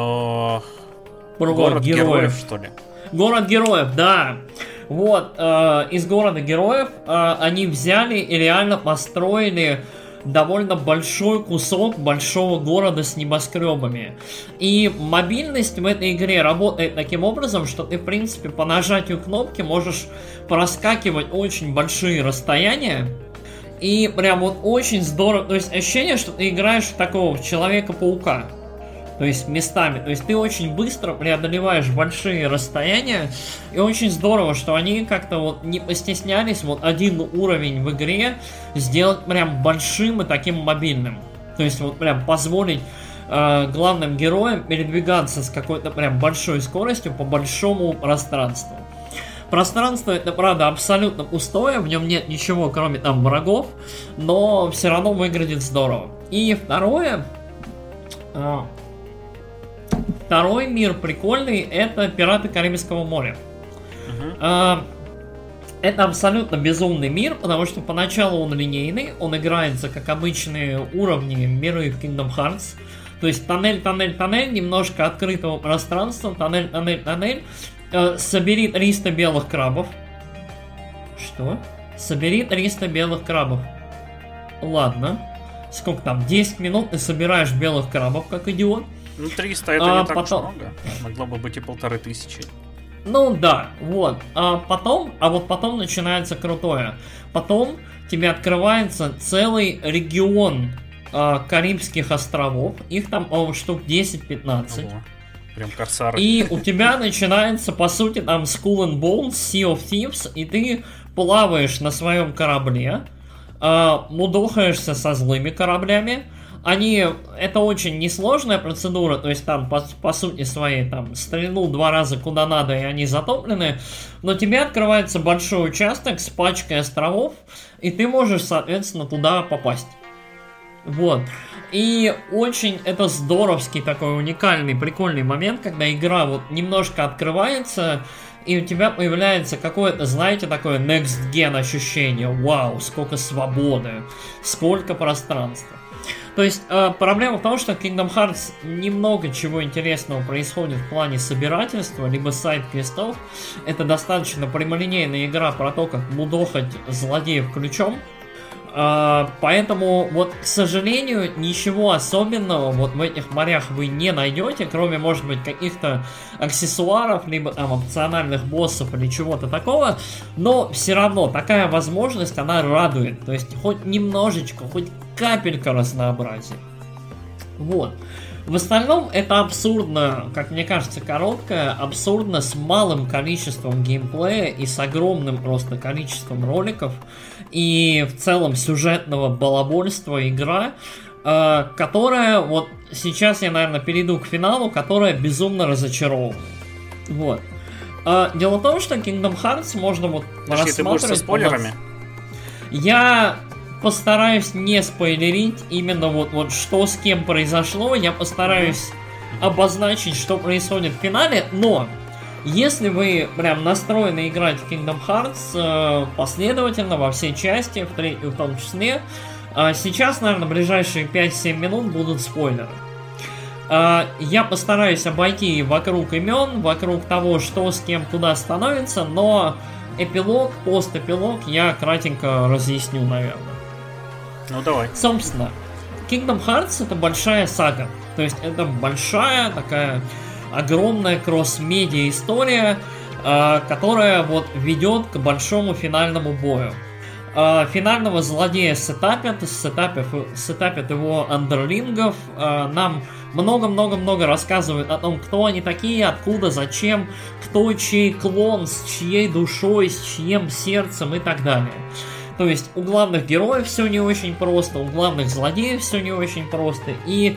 Город героев, что ли? Город героев, да. Вот, из города героев они взяли и реально построили довольно большой кусок большого города с небоскребами. И мобильность в этой игре работает таким образом, что ты, в принципе, по нажатию кнопки можешь проскакивать очень большие расстояния. И прям вот очень здорово. То есть ощущение, что ты играешь в такого Человека-паука. То есть местами. То есть ты очень быстро преодолеваешь большие расстояния. И очень здорово, что они как-то вот не постеснялись вот один уровень в игре сделать прям большим и таким мобильным. То есть вот прям позволить главным героям передвигаться с какой-то прям большой скоростью по большому пространству. Пространство это, правда, абсолютно пустое, в нем нет ничего, кроме там врагов, но все равно выглядит здорово. И второй мир прикольный, это Пираты Карибского моря. Это абсолютно безумный мир, потому что поначалу он линейный, он играется как обычные уровни миры в Kingdom Hearts. То есть тоннель, немножко открытого пространства, тоннель. Собери 300 белых крабов. Что? Собери 300 белых крабов. Ладно. Сколько там? 10 минут ты собираешь белых крабов, как идиот. Ну, 300 это не так уж много. Могло бы быть и 1500. Ну да, вот. А вот потом начинается крутое. Потом тебе открывается целый регион Карибских островов. Их там, штук 10-15. Ого. Прям корсары. И у тебя начинается, по сути, там Skull and Bones, Sea of Thieves, и ты плаваешь на своем корабле, мудохаешься со злыми кораблями. Это очень несложная процедура, то есть там, по сути своей, там, стрельнул 2 раза куда надо, и они затоплены, но тебе открывается большой участок с пачкой островов, и ты можешь, соответственно, туда попасть. Вот. И очень это здоровский такой уникальный, прикольный момент, когда игра вот немножко открывается, и у тебя появляется какое-то, знаете, такое next gen ощущение. Вау, сколько свободы, сколько пространства. То есть проблема в том, что в Kingdom Hearts немного чего интересного происходит в плане собирательства, либо сайд-квестов. Это достаточно прямолинейная игра про то, как мудохать злодеев ключом. Поэтому, вот, к сожалению, ничего особенного вот в этих морях вы не найдете, кроме, может быть, каких-то аксессуаров, либо там опциональных боссов или чего-то такого, но все равно такая возможность, она радует, то есть хоть немножечко, хоть капелька разнообразия. Вот. В остальном это абсурдно, как мне кажется, короткое, абсурдно с малым количеством геймплея и с огромным просто количеством роликов и в целом сюжетного балабольства игра, которая, вот сейчас я, наверное, перейду к финалу, которая безумно разочаровывает. Вот. Дело в том, что Kingdom Hearts можно вот рассматривать... Ты будешь со спойлерами? Я постараюсь не спойлерить именно вот что с кем произошло. Я постараюсь обозначить, что происходит в финале, но если вы прям настроены играть в Kingdom Hearts последовательно во все части, в третью в том числе, сейчас, наверное, ближайшие 5-7 минут будут спойлеры. Я постараюсь обойти вокруг имен, вокруг того, что с кем куда становится, но эпилог, постэпилог я кратенько разъясню, наверное. Ну давай. Собственно, Kingdom Hearts это большая сага. То есть это большая такая огромная кросс-медиа история, которая вот ведет к большому финальному бою. Финального злодея сетапят его андерлингов, нам много-много-много рассказывают о том, кто они такие, откуда, зачем, кто чей клон, с чьей душой, с чьим сердцем и так далее. То есть у главных героев все не очень просто, у главных злодеев все не очень просто. И,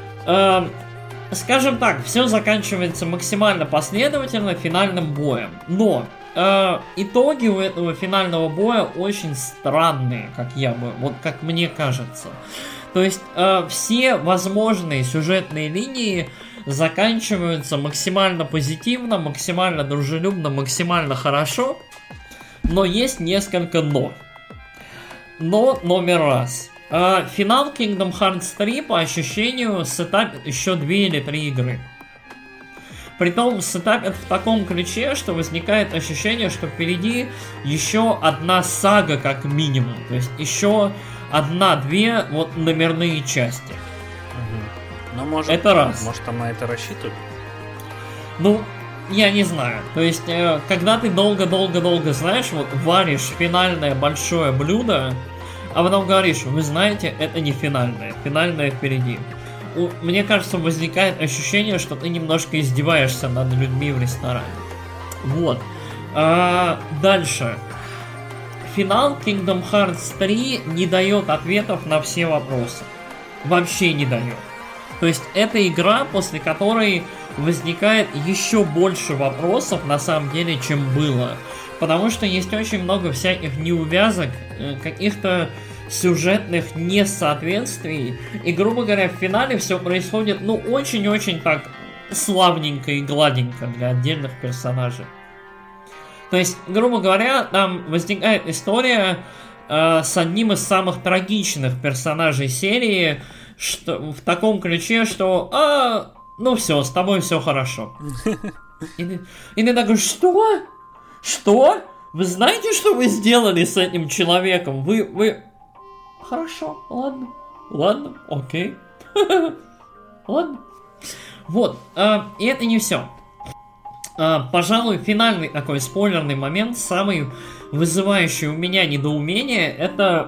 скажем так, все заканчивается максимально последовательно финальным боем. Но итоги у этого финального боя очень странные, как мне кажется. То есть все возможные сюжетные линии заканчиваются максимально позитивно, максимально дружелюбно, максимально хорошо. Но есть несколько но. Но номер раз. Финал Kingdom Hearts 3 по ощущению сетапит еще 2 или 3 игры. Притом сетапит в таком ключе, что возникает ощущение, что впереди еще одна сага как минимум. То есть еще 1-2 вот номерные части. Ну, может, это раз. Может, там на это рассчитывают? Ну, я не знаю. То есть, когда ты долго-долго-долго, знаешь, вот варишь финальное большое блюдо, а потом говоришь, вы знаете, это не финальное. Финальное впереди. Мне кажется, возникает ощущение, что ты немножко издеваешься над людьми в ресторане. Вот. Дальше. Финал Kingdom Hearts 3 не дает ответов на все вопросы. Вообще не дает. То есть это игра, после которой возникает еще больше вопросов на самом деле, чем было. Потому что есть очень много всяких неувязок, каких-то сюжетных несоответствий. И, грубо говоря, в финале все происходит, ну, очень-очень так славненько и гладенько для отдельных персонажей. То есть, грубо говоря, там возникает история с одним из самых трагичных персонажей серии, что, в таком ключе, что ну все, с тобой все хорошо. И ты такой, что? Что? Вы знаете, что вы сделали с этим человеком? Вы... Хорошо, ладно, окей. Ладно. Вот, и это не все. Пожалуй, финальный такой спойлерный момент, самый вызывающий у меня недоумение, это,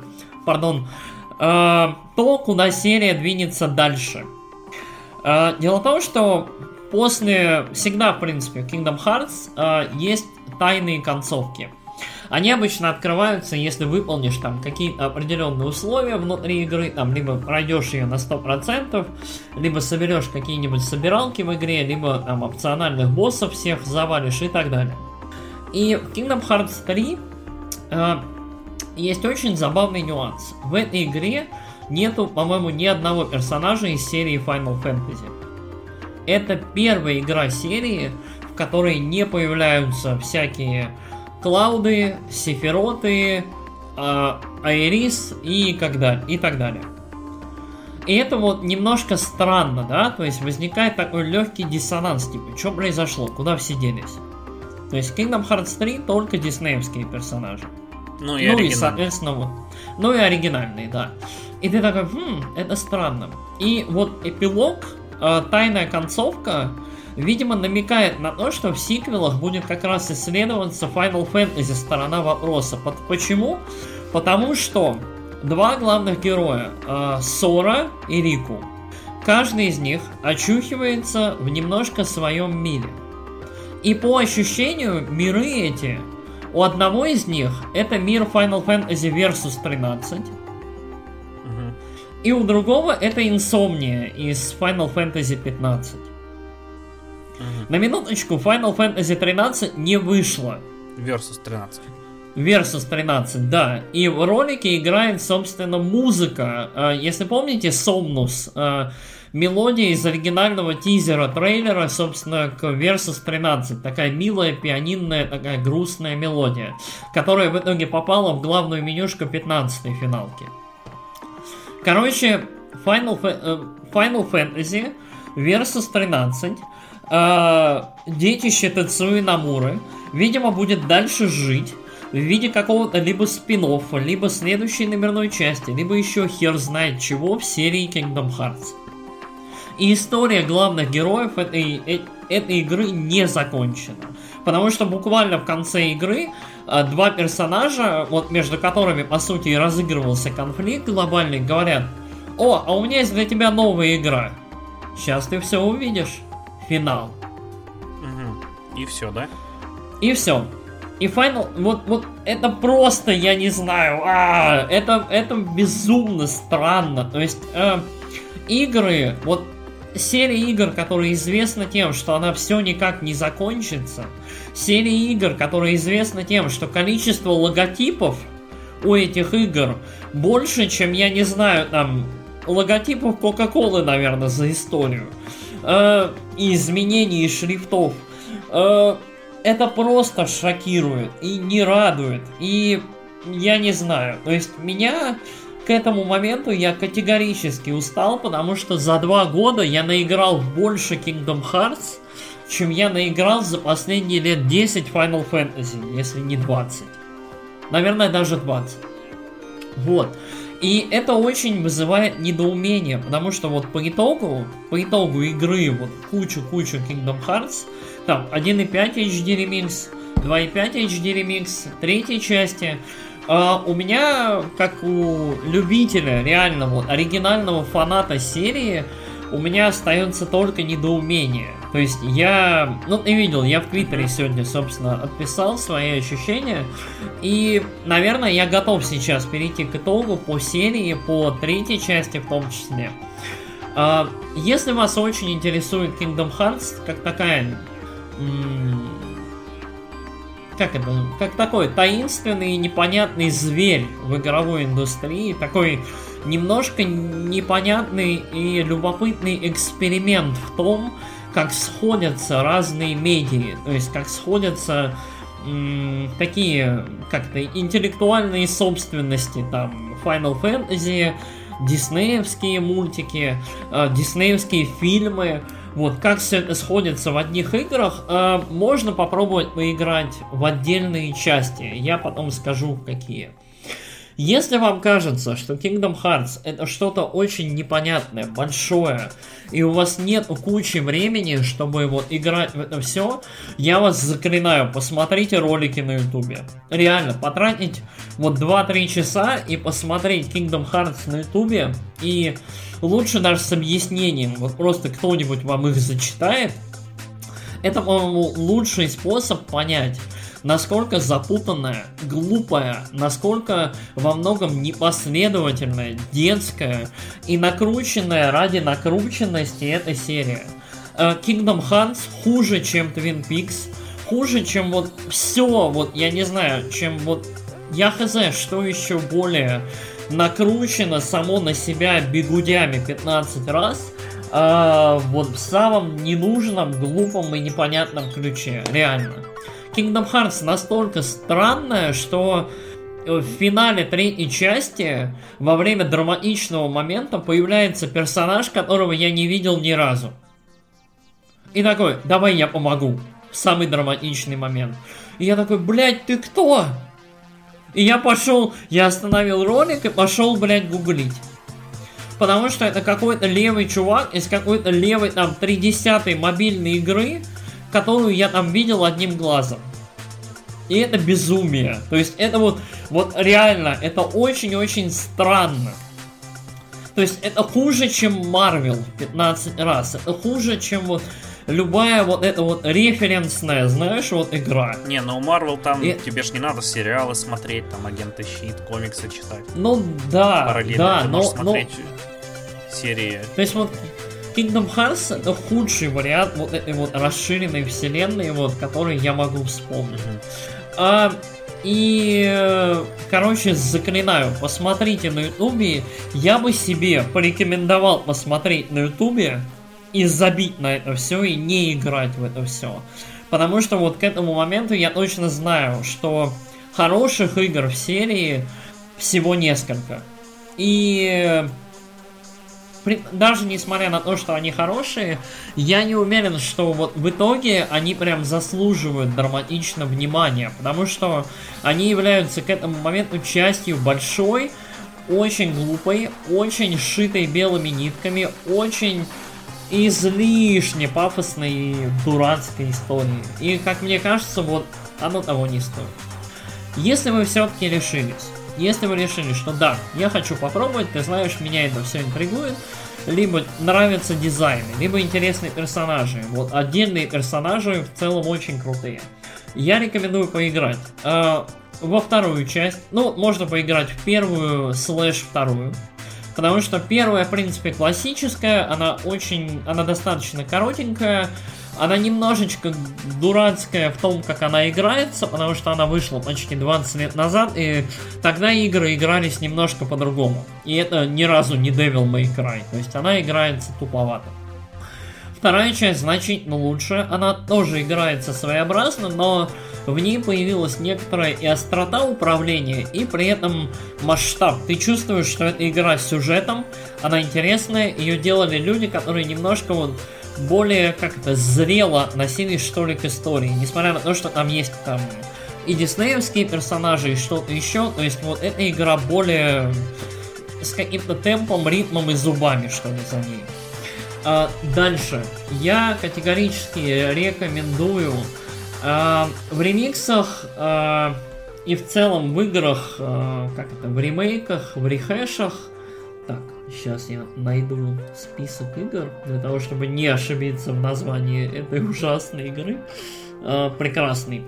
то, куда серия двинется дальше. Дело в том, что всегда, в принципе, в Kingdom Hearts есть тайные концовки. Они обычно открываются, если выполнишь там какие-то определенные условия внутри игры, там, либо пройдешь ее на 100%, либо соберешь какие-нибудь собиралки в игре, либо там опциональных боссов всех завалишь и так далее. И в Kingdom Hearts 3 есть очень забавный нюанс. В этой игре нету, по-моему, ни одного персонажа из серии Final Fantasy. Это первая игра серии, в которой не появляются всякие Клауды, Сефироты, Айрис и так далее. И это вот немножко странно, да? То есть возникает такой легкий диссонанс, типа, что произошло, куда все делись? То есть в Kingdom Hearts 3 только диснеевские персонажи. Ну и соответственно, вот. Ну и оригинальные, да. И ты такой, это странно. И вот эпилог, тайная концовка, видимо, намекает на то, что в сиквелах будет как раз исследоваться Final Fantasy сторона вопроса. Почему? Потому что два главных героя, Сора и Рику, каждый из них очухивается в немножко своем мире. И по ощущению, миры эти, у одного из них это мир Final Fantasy Versus 13, и у другого это Инсомния из Final Fantasy 15. На минуточку, Final Fantasy 13 не вышло. Versus 13. Versus 13, да. И в ролике играет, собственно, музыка. Если помните, Somnus, мелодия из оригинального тизера, трейлера, собственно, к Versus 13. Такая милая, пианинная, такая грустная мелодия, которая в итоге попала в главную менюшку 15-й финалки. Короче, Final Fantasy Versus 13, детище Тецуи Намуры, видимо, будет дальше жить в виде какого-то либо спин-оффа, либо следующей номерной части, либо еще хер знает чего в серии Kingdom Hearts. И история главных героев этой игры не закончена. Потому что буквально в конце игры два персонажа, вот между которыми, по сути, и разыгрывался конфликт глобальный, говорят: «О, а у меня есть для тебя новая игра. Сейчас ты все увидишь. Финал». И все, да? И все. И Final... Вот это просто, я не знаю, это безумно странно. То есть, игры, вот серия игр, которая известна тем, что она все никак не закончится, серия игр, которая известна тем, что количество логотипов у этих игр больше, чем, я не знаю, там, логотипов Кока-Колы, наверное, за историю, и изменений шрифтов, это просто шокирует и не радует. И я не знаю, то есть меня к этому моменту я категорически устал, потому что за 2 года я наиграл больше Kingdom Hearts, чем я наиграл за последние лет 10 Final Fantasy, если не 20. Наверное, даже 20. Вот. И это очень вызывает недоумение, потому что вот по итогу игры, вот кучу Kingdom Hearts, там 1.5 HD ремикс, 2.5 HD ремикс, 3 части, у меня, как у любителя, реально вот оригинального фаната серии, у меня остается только недоумение. То есть я, ты видел, я в Твиттере сегодня, собственно, отписал свои ощущения. И, наверное, я готов сейчас перейти к итогу по серии, по 3 части в том числе. Если вас очень интересует Kingdom Hearts, как такая... Как такой таинственный и непонятный зверь в игровой индустрии, такой немножко непонятный и любопытный эксперимент в том, как сходятся разные медиа, то есть как сходятся такие как-то интеллектуальные собственности, там Final Fantasy, диснеевские мультики, диснеевские фильмы. Вот, как все это сходится в одних играх, можно попробовать поиграть в отдельные части. Я потом скажу, какие. Если вам кажется, что Kingdom Hearts это что-то очень непонятное, большое, и у вас нет кучи времени, чтобы вот играть в это все, я вас заклинаю, посмотрите ролики на ютубе. Реально, потратить вот 2-3 часа и посмотреть Kingdom Hearts на ютубе, и лучше даже с объяснением, вот просто кто-нибудь вам их зачитает, это, по-моему, лучший способ понять, насколько запутанная, глупая, насколько во многом непоследовательная, детская и накрученная ради накрученности эта серия. Kingdom Hearts хуже, чем Twin Peaks, хуже, чем вот все, вот я не знаю, чем вот я хз, что еще более накручено само на себя бигудями 15 раз, вот в самом ненужном, глупом и непонятном ключе, реально. Kingdom Hearts настолько странная, что в финале третьей части во время драматичного момента появляется персонаж, которого я не видел ни разу. И такой, давай я помогу. В самый драматичный момент. И я такой, блядь, ты кто? И я остановил ролик и пошел, блядь, гуглить. Потому что это какой-то левый чувак из какой-то левой там 30-й мобильной игры, которую я там видел одним глазом. И это безумие. То есть это вот реально, это очень-очень странно. То есть это хуже, чем Marvel 15 раз. Это хуже, чем вот любая вот эта вот референсная, знаешь, вот игра. Не, ну у Marvel там тебе ж не надо сериалы смотреть, там Агенты Щит, комиксы читать. Ну да, параллельно да, ты можешь смотреть серии. То есть вот Kingdom Hearts это худший вариант вот этой вот расширенной вселенной, вот, который я могу вспомнить. Короче, заклинаю, посмотрите на ютубе. Я бы себе порекомендовал посмотреть на ютубе и забить на это все и не играть в это все. Потому что вот к этому моменту я точно знаю, что хороших игр в серии всего несколько. И даже несмотря на то, что они хорошие, я не уверен, что вот в итоге они прям заслуживают драматичного внимания, потому что они являются к этому моменту частью большой, очень глупой, очень сшитой белыми нитками, очень излишне пафосной и дурацкой истории. И, как мне кажется, вот оно того не стоит. Если вы все-таки решились, если вы решили, что да, я хочу попробовать, ты знаешь, меня это все интригует, либо нравятся дизайны, либо интересные персонажи, вот отдельные персонажи в целом очень крутые, я рекомендую поиграть во вторую часть. Ну, можно поиграть в первую / вторую, потому что первая, в принципе, классическая, она достаточно коротенькая. Она немножечко дурацкая в том, как она играется, потому что она вышла почти 20 лет назад, и тогда игры игрались немножко по-другому. И это ни разу не Devil May Cry, то есть она играется туповато. Вторая часть значительно лучше, она тоже играется своеобразно, но в ней появилась некоторая и острота управления, и при этом масштаб. Ты чувствуешь, что это игра с сюжетом, она интересная, ее делали люди, которые немножко вот более как-то зрело относились, что ли, к истории. Несмотря на то, что там есть там и диснеевские персонажи, и что-то еще. То есть вот эта игра более с каким-то темпом, ритмом и зубами, что ли, за ней. Дальше. Я категорически рекомендую в ремиксах и в целом в играх, в ремейках, в рехэшах. Так, сейчас я найду список игр для того, чтобы не ошибиться в названии этой ужасной игры. Прекрасный.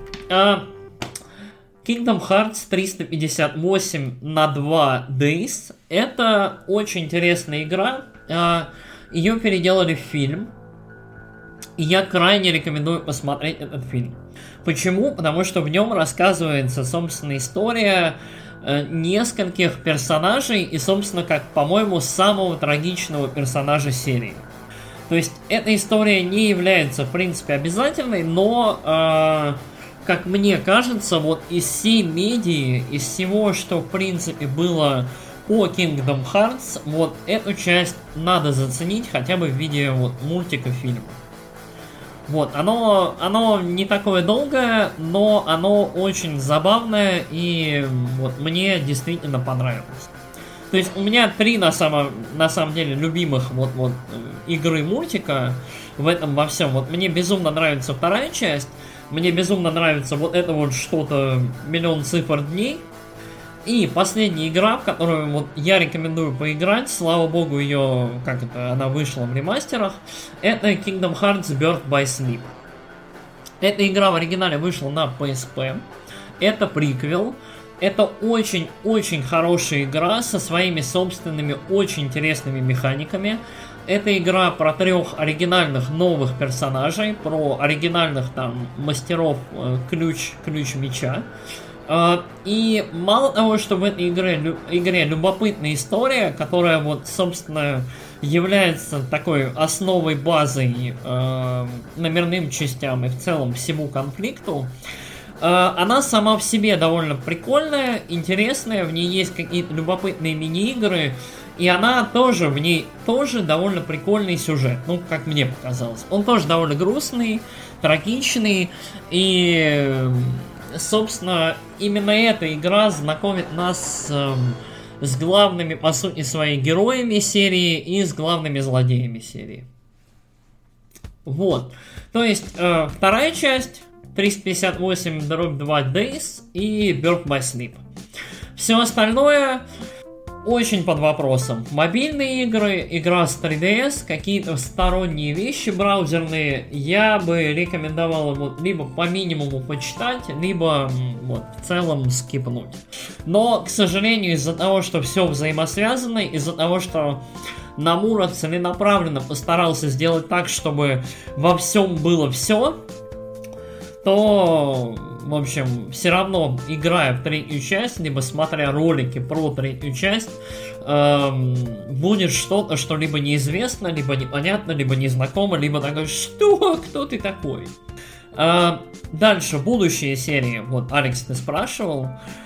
Kingdom Hearts 358 на 2 Days. Это очень интересная игра. Ее переделали в фильм. И я крайне рекомендую посмотреть этот фильм. Почему? Потому что в нем рассказывается, собственно, история нескольких персонажей и, собственно, как, по-моему, самого трагичного персонажа серии. То есть, эта история не является, в принципе, обязательной, но, как мне кажется, вот из всей медиа, из всего, что, в принципе, было по Kingdom Hearts, вот эту часть надо заценить хотя бы в виде вот мультика, фильма. Вот, оно не такое долгое, но оно очень забавное, и вот мне действительно понравилось. То есть у меня 3 на самом деле любимых вот игры мультика в этом во всем. Вот мне безумно нравится 2-я часть, мне безумно нравится вот это вот что-то миллион цифр дней. И последняя игра, в которую вот я рекомендую поиграть, слава богу, она вышла в ремастерах, это Kingdom Hearts Birth by Sleep. Эта игра в оригинале вышла на PSP, это приквел, это очень-очень хорошая игра со своими собственными очень интересными механиками. Это игра про 3 оригинальных новых персонажей, про оригинальных там мастеров ключ меча. И мало того, что в этой игре любопытная история, которая вот, собственно, является такой основой, базой номерным частям и в целом всему конфликту, она сама в себе довольно прикольная, интересная, в ней есть какие-то любопытные мини-игры, и в ней тоже довольно прикольный сюжет, ну, как мне показалось. Он тоже довольно грустный, трагичный, и... Собственно, именно эта игра знакомит нас с главными, по сути, своими героями серии и с главными злодеями серии. Вот. То есть, 2-я часть, 358-2 Days и Birth by Sleep. Все остальное очень под вопросом. Мобильные игры, игра с 3DS, какие-то сторонние вещи браузерные, я бы рекомендовал вот либо по минимуму почитать, либо вот в целом скипнуть. Но, к сожалению, из-за того, что все взаимосвязано, из-за того, что Nomura целенаправленно постарался сделать так, чтобы во всем было все, то, в общем, все равно, играя в 3-ю часть, либо смотря ролики про 3-ю часть, будет что-то, что либо неизвестно, либо непонятно, либо незнакомо, либо такое, что? Кто ты такой? Дальше, будущие серии. Вот, Алекс, ты спрашивал.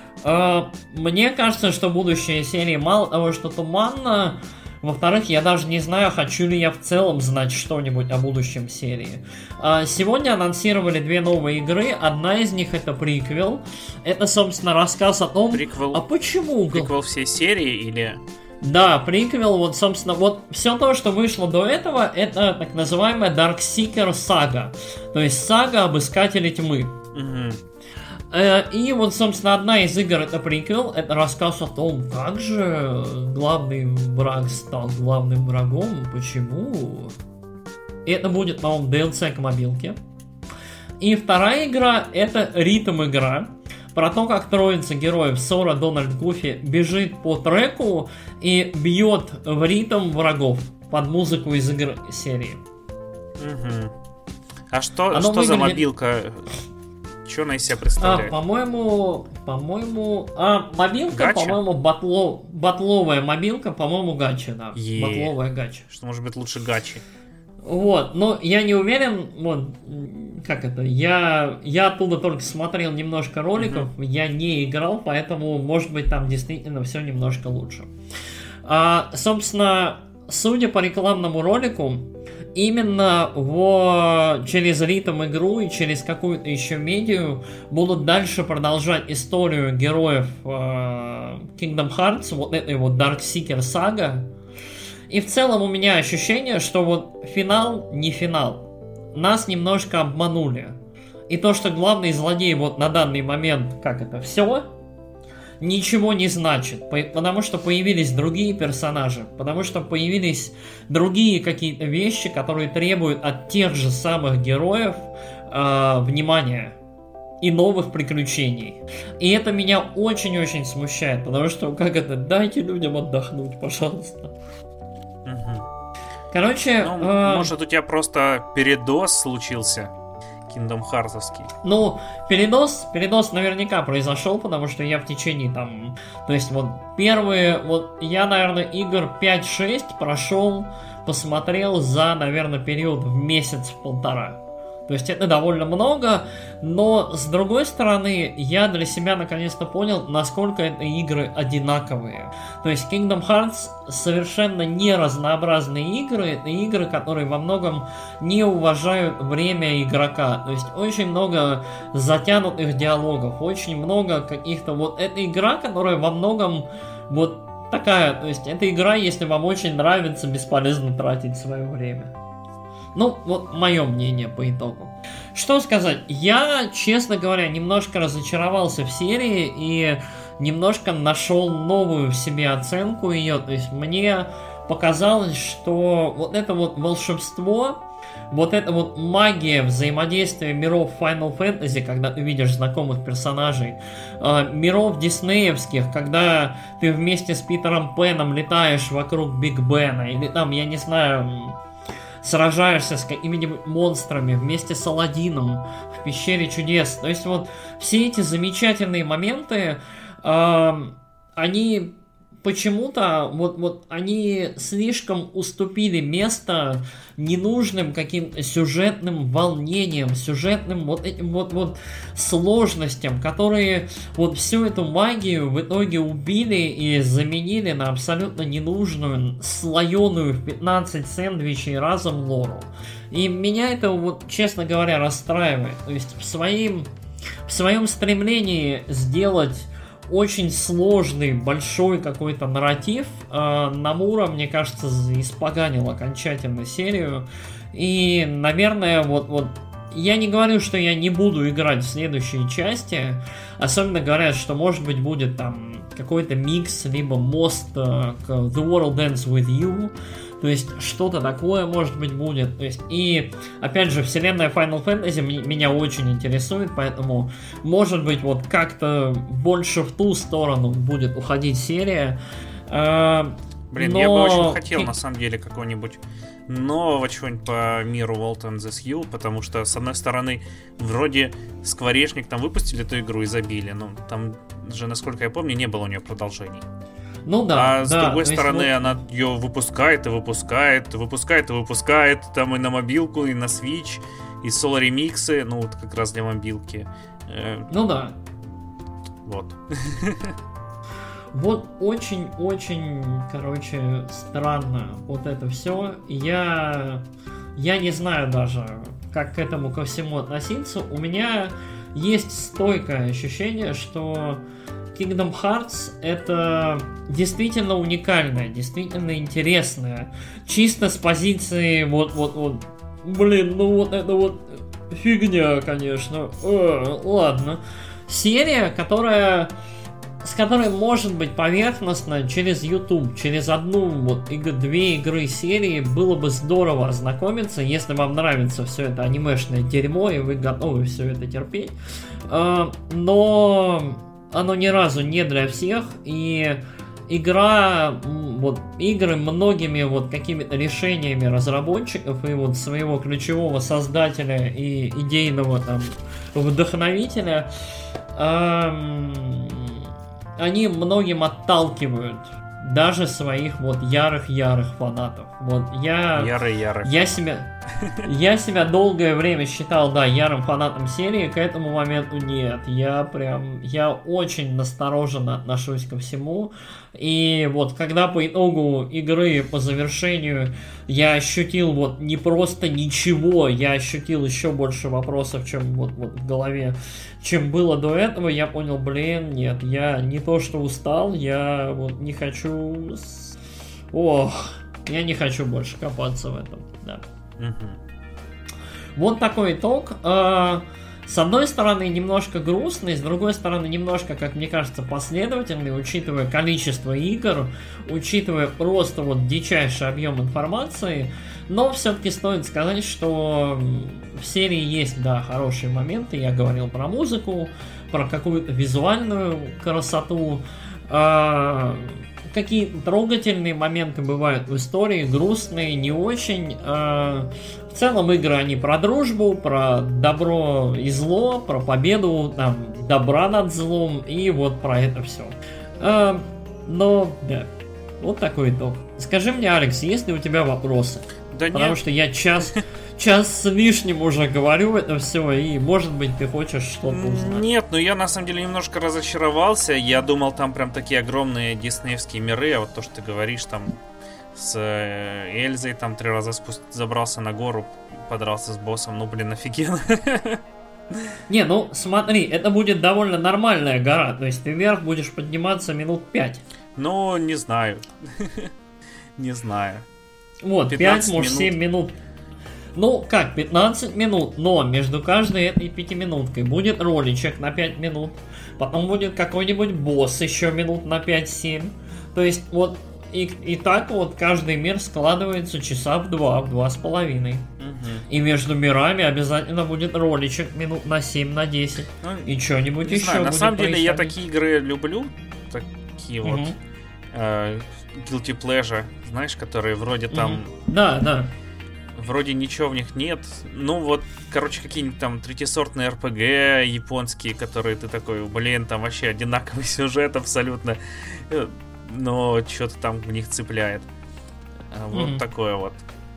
Мне кажется, что будущие серии мало того, что туманно. Во-вторых, я даже не знаю, хочу ли я в целом знать что-нибудь о будущем серии. Сегодня анонсировали 2 новые игры. Одна из них это приквел. Это, собственно, рассказ о том... Приквел? А почему? Приквел всей серии или... Да, приквел, вот, собственно, вот все то, что вышло до этого, это так называемая Darkseeker сага. То есть сага об Искателе Тьмы. Угу. И вот, собственно, одна из игр это приквел, это рассказ о том, как же главный враг стал главным врагом, почему. И это будет, по-моему, DLC к мобилке. И 2-я игра это ритм-игра, про то, как троица героев Сора, Дональд, Гуфи бежит по треку и бьет в ритм врагов под музыку из игр серии. Угу. А что за мобилка? Что она из себя представляет? По-моему, мобилка, гача? по-моему, батловая мобилка, по-моему, гача, да. Батловая гача. Что может быть лучше гачи? Вот, но я не уверен, вот, как это, я оттуда только смотрел немножко роликов, я не играл, поэтому, может быть, там действительно все немножко лучше. Собственно, судя по рекламному ролику, именно через ритм-игру и через какую-то еще медиа будут дальше продолжать историю героев Kingdom Hearts, вот этой вот Darkseeker сага. И в целом у меня ощущение, что вот финал не финал. Нас немножко обманули. И то, что главный злодей вот на данный момент, все, ничего не значит. Потому что появились другие персонажи. Потому что появились другие какие-то вещи, которые требуют от тех же самых героев внимания и новых приключений. И это меня очень-очень смущает. Потому что, дайте людям отдохнуть, пожалуйста. Короче... может, у тебя просто передоз случился? Kingdom Hearts'овский. Ну, передоз наверняка произошел, потому что я в течение там... То есть, вот первые... Вот я, наверное, игр 5-6 прошел, посмотрел за, наверное, период в месяц-полтора. То есть это довольно много, но с другой стороны, я для себя наконец-то понял, насколько это игры одинаковые. То есть Kingdom Hearts совершенно не разнообразные игры, это игры, которые во многом не уважают время игрока. То есть очень много затянутых диалогов, очень много каких-то... Вот эта игра, которая во многом вот такая, то есть эта игра, если вам очень нравится, бесполезно тратить свое время. Ну, вот мое мнение по итогу. Что сказать? Я, честно говоря, немножко разочаровался в серии и немножко нашел новую в себе оценку ее. То есть мне показалось, что вот это вот волшебство, вот эта вот магия взаимодействия миров Final Fantasy, когда ты видишь знакомых персонажей, миров диснеевских, когда ты вместе с Питером Пэном летаешь вокруг Биг Бена, или там, я не знаю... сражаешься с какими-нибудь монстрами вместе с Аладдином в пещере чудес. То есть вот все эти замечательные моменты, они почему-то вот они слишком уступили место ненужным каким-то сюжетным волнениям, сюжетным вот этим вот сложностям, которые вот всю эту магию в итоге убили и заменили на абсолютно ненужную, слоеную в 15 сэндвичей разом лору. И меня это вот, честно говоря, расстраивает. То есть в своем стремлении сделать очень сложный, большой какой-то нарратив, Nomura, мне кажется, испоганил окончательно серию. И, наверное, вот я не говорю, что я не буду играть в следующие части. Особенно говорят, что может быть будет там какой-то микс, либо мост к The World Ends With You. То есть что-то такое, может быть, будет. То есть, и, опять же, вселенная Final Fantasy меня очень интересует, поэтому, может быть, вот как-то больше в ту сторону будет уходить серия. Блин, я бы очень хотел, на самом деле, какого-нибудь нового чего-нибудь по миру World Ends You, потому что, с одной стороны, вроде Скворечник там выпустили эту игру и забили, но там же, насколько я помню, не было у нее продолжений. Ну да. А с другой стороны, она ее выпускает, там и на мобилку, и на Switch, и соло-ремиксы, ну вот как раз для мобилки. Ну да. Вот. Вот очень-очень, короче, странно вот это все. Я не знаю даже, как к этому ко всему относиться. У меня есть стойкое ощущение, что Kingdom Hearts это действительно уникальное, действительно интересное. Чисто с позиции вот. Блин, ну вот это вот фигня, конечно. Ладно. Серия, с которой может быть поверхностно через YouTube, через две игры серии было бы здорово ознакомиться, если вам нравится все это анимешное дерьмо и вы готовы все это терпеть. Но оно ни разу не для всех, и игры многими вот какими-то решениями разработчиков и вот своего ключевого создателя и идейного там вдохновителя, они многим отталкивают даже своих вот ярых фанатов. Вот я себя долгое время считал, да, ярым фанатом серии, к этому моменту нет. Я очень настороженно отношусь ко всему. И вот когда по итогу игры, по завершению, я ощутил вот не просто ничего, я ощутил еще больше вопросов, чем вот в голове, чем было до этого, я понял, нет, я не то что устал, я вот не хочу... я не хочу больше копаться в этом, да. Вот такой итог. С одной стороны, немножко грустный, с другой стороны, немножко, как мне кажется, последовательный, учитывая количество игр, учитывая просто вот дичайший объем информации. Но все-таки стоит сказать, что в серии есть, да, хорошие моменты. Я говорил про музыку, про какую-то визуальную красоту. Какие трогательные моменты бывают в истории, грустные, не очень. В целом игры они про дружбу, про добро и зло, про победу там, добра над злом и вот про это все. Но, да, вот такой итог. Скажи мне, Алекс, есть ли у тебя вопросы? Да Потому нет. что я час час с лишним уже говорю это все, и, может быть, ты хочешь что-то узнать. Нет, ну я на самом деле немножко разочаровался. Я думал, там прям такие огромные диснеевские миры, а вот то, что ты говоришь, там с Эльзой, там 3 раза забрался на гору, подрался с боссом, ну блин, офигенно. Не, ну смотри, это будет довольно нормальная гора, то есть ты вверх будешь подниматься минут 5. Ну, не знаю. Не знаю. Вот, 5, может 7 минут. Ну, как, 15 минут, но между каждой этой 5-минуткой будет роличек на 5 минут, потом будет какой-нибудь босс еще минут на 5-7. То есть, вот, и так вот каждый мир складывается часа в 2, в 2,5. И между мирами обязательно будет роличек минут на 7, на 10. Ну, и что-нибудь еще знаю, будет на самом деле происходить. я такие игры люблю, такие вот guilty pleasure, знаешь, которые вроде там... Да. Вроде ничего в них нет. Ну вот, короче, какие-нибудь там третьесортные РПГ японские, которые ты такой, блин, там вообще одинаковый сюжет абсолютно. Но что-то там в них цепляет. Вот такое вот.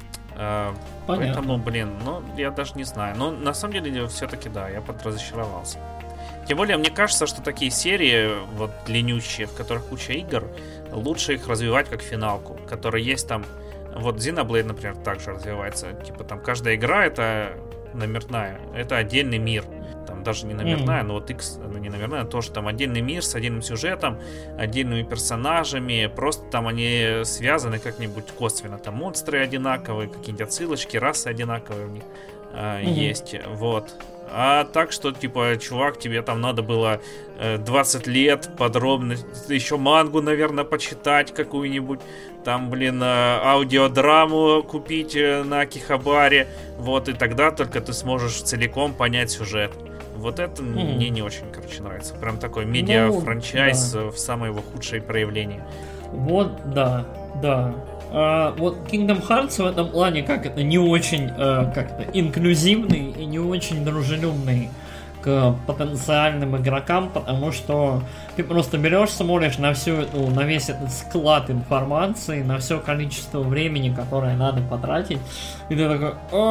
Поэтому, блин, ну, я даже не знаю. Но на самом деле, все-таки, да, я подразочаровался. Тем более, мне кажется, что такие серии, вот, длиннющие, в которых куча игр, лучше их развивать как финалку, которая есть там. Вот Xenoblade, например, также развивается. Типа там каждая игра это номерная, это отдельный мир. Там даже не номерная, но вот X, она не номерная, тоже там отдельный мир с отдельным сюжетом, отдельными персонажами. Просто там они связаны как-нибудь косвенно. Там монстры одинаковые, какие-нибудь отсылочки, расы одинаковые у них есть. Вот. А так что, типа, чувак, тебе там надо было 20 лет подробно, еще мангу, наверное, почитать какую-нибудь, там, блин, аудиодраму купить на Акихабаре, вот, и тогда только ты сможешь целиком понять сюжет. Вот это мне не очень, короче, нравится. Прям такой медиа-франчайз в самое его худшее проявление. Вот, да. Вот Kingdom Hearts в этом плане как это не очень инклюзивный и не очень дружелюбный к потенциальным игрокам, потому что ты просто берешь, смотришь на весь этот склад информации, на все количество времени, которое надо потратить, и ты такой,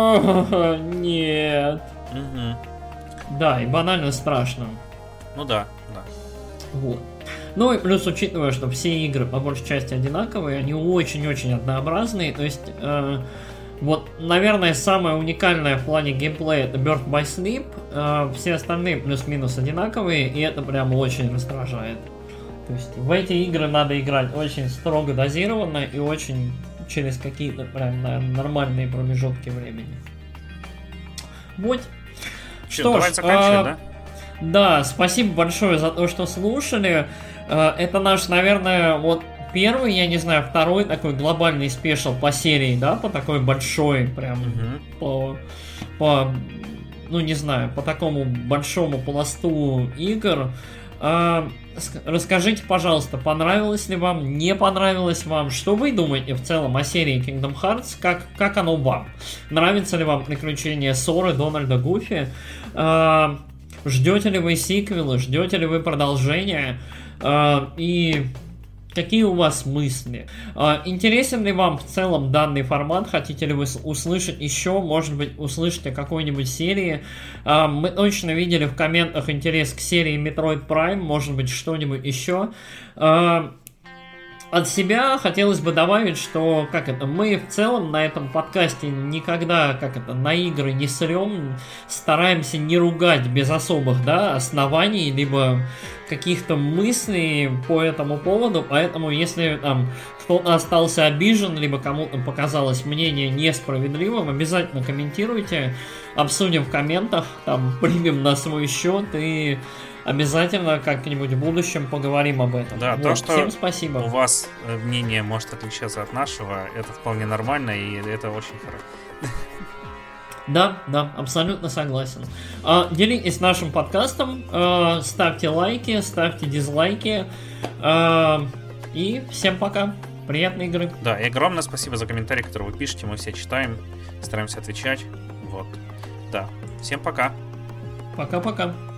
нет. Да, и банально страшно. Ну да. Вот. Ну и плюс, учитывая, что все игры по большей части одинаковые, они очень-очень однообразные, то есть, вот, наверное, самое уникальное в плане геймплея это Birth by Sleep, все остальные плюс-минус одинаковые, и это прям очень раздражает. То есть в эти игры надо играть очень строго дозированно и очень через какие-то прям, наверное, нормальные промежутки времени. Вот. Что ж, да? Да, спасибо большое за то, что слушали. Это наш, наверное, вот первый, я не знаю, второй такой глобальный спешл по серии, да, по такой большой, прям, по ну не знаю, по такому большому пласту игр. Расскажите, пожалуйста, понравилось ли вам, не понравилось вам, что вы думаете в целом о серии Kingdom Hearts, как оно вам? Нравится ли вам приключения Соры, Дональда, Гуфи? Ждете ли вы сиквелы, ждете ли вы продолжения? И какие у вас мысли? Интересен ли вам в целом данный формат? Хотите ли вы услышать еще? Может быть, услышите какой-нибудь серии? Мы точно видели в комментах интерес к серии Metroid Prime. Может быть, что-нибудь еще? От себя хотелось бы добавить, что мы в целом на этом подкасте никогда на игры не срем, стараемся не ругать без особых оснований, либо каких-то мыслей по этому поводу, поэтому если там кто-то остался обижен, либо кому-то показалось мнение несправедливым, обязательно комментируйте, обсудим в комментах, там примем на свой счет и обязательно как-нибудь в будущем поговорим об этом. Да, вот, то, что всем спасибо. У вас мнение может отличаться от нашего, это вполне нормально, и это очень хорошо. Да, абсолютно согласен. Делитесь нашим подкастом, ставьте лайки, ставьте дизлайки, и всем пока. Приятной игры. Да, и огромное спасибо за комментарии, которые вы пишете, мы все читаем, стараемся отвечать. Вот. Да, всем пока. Пока-пока.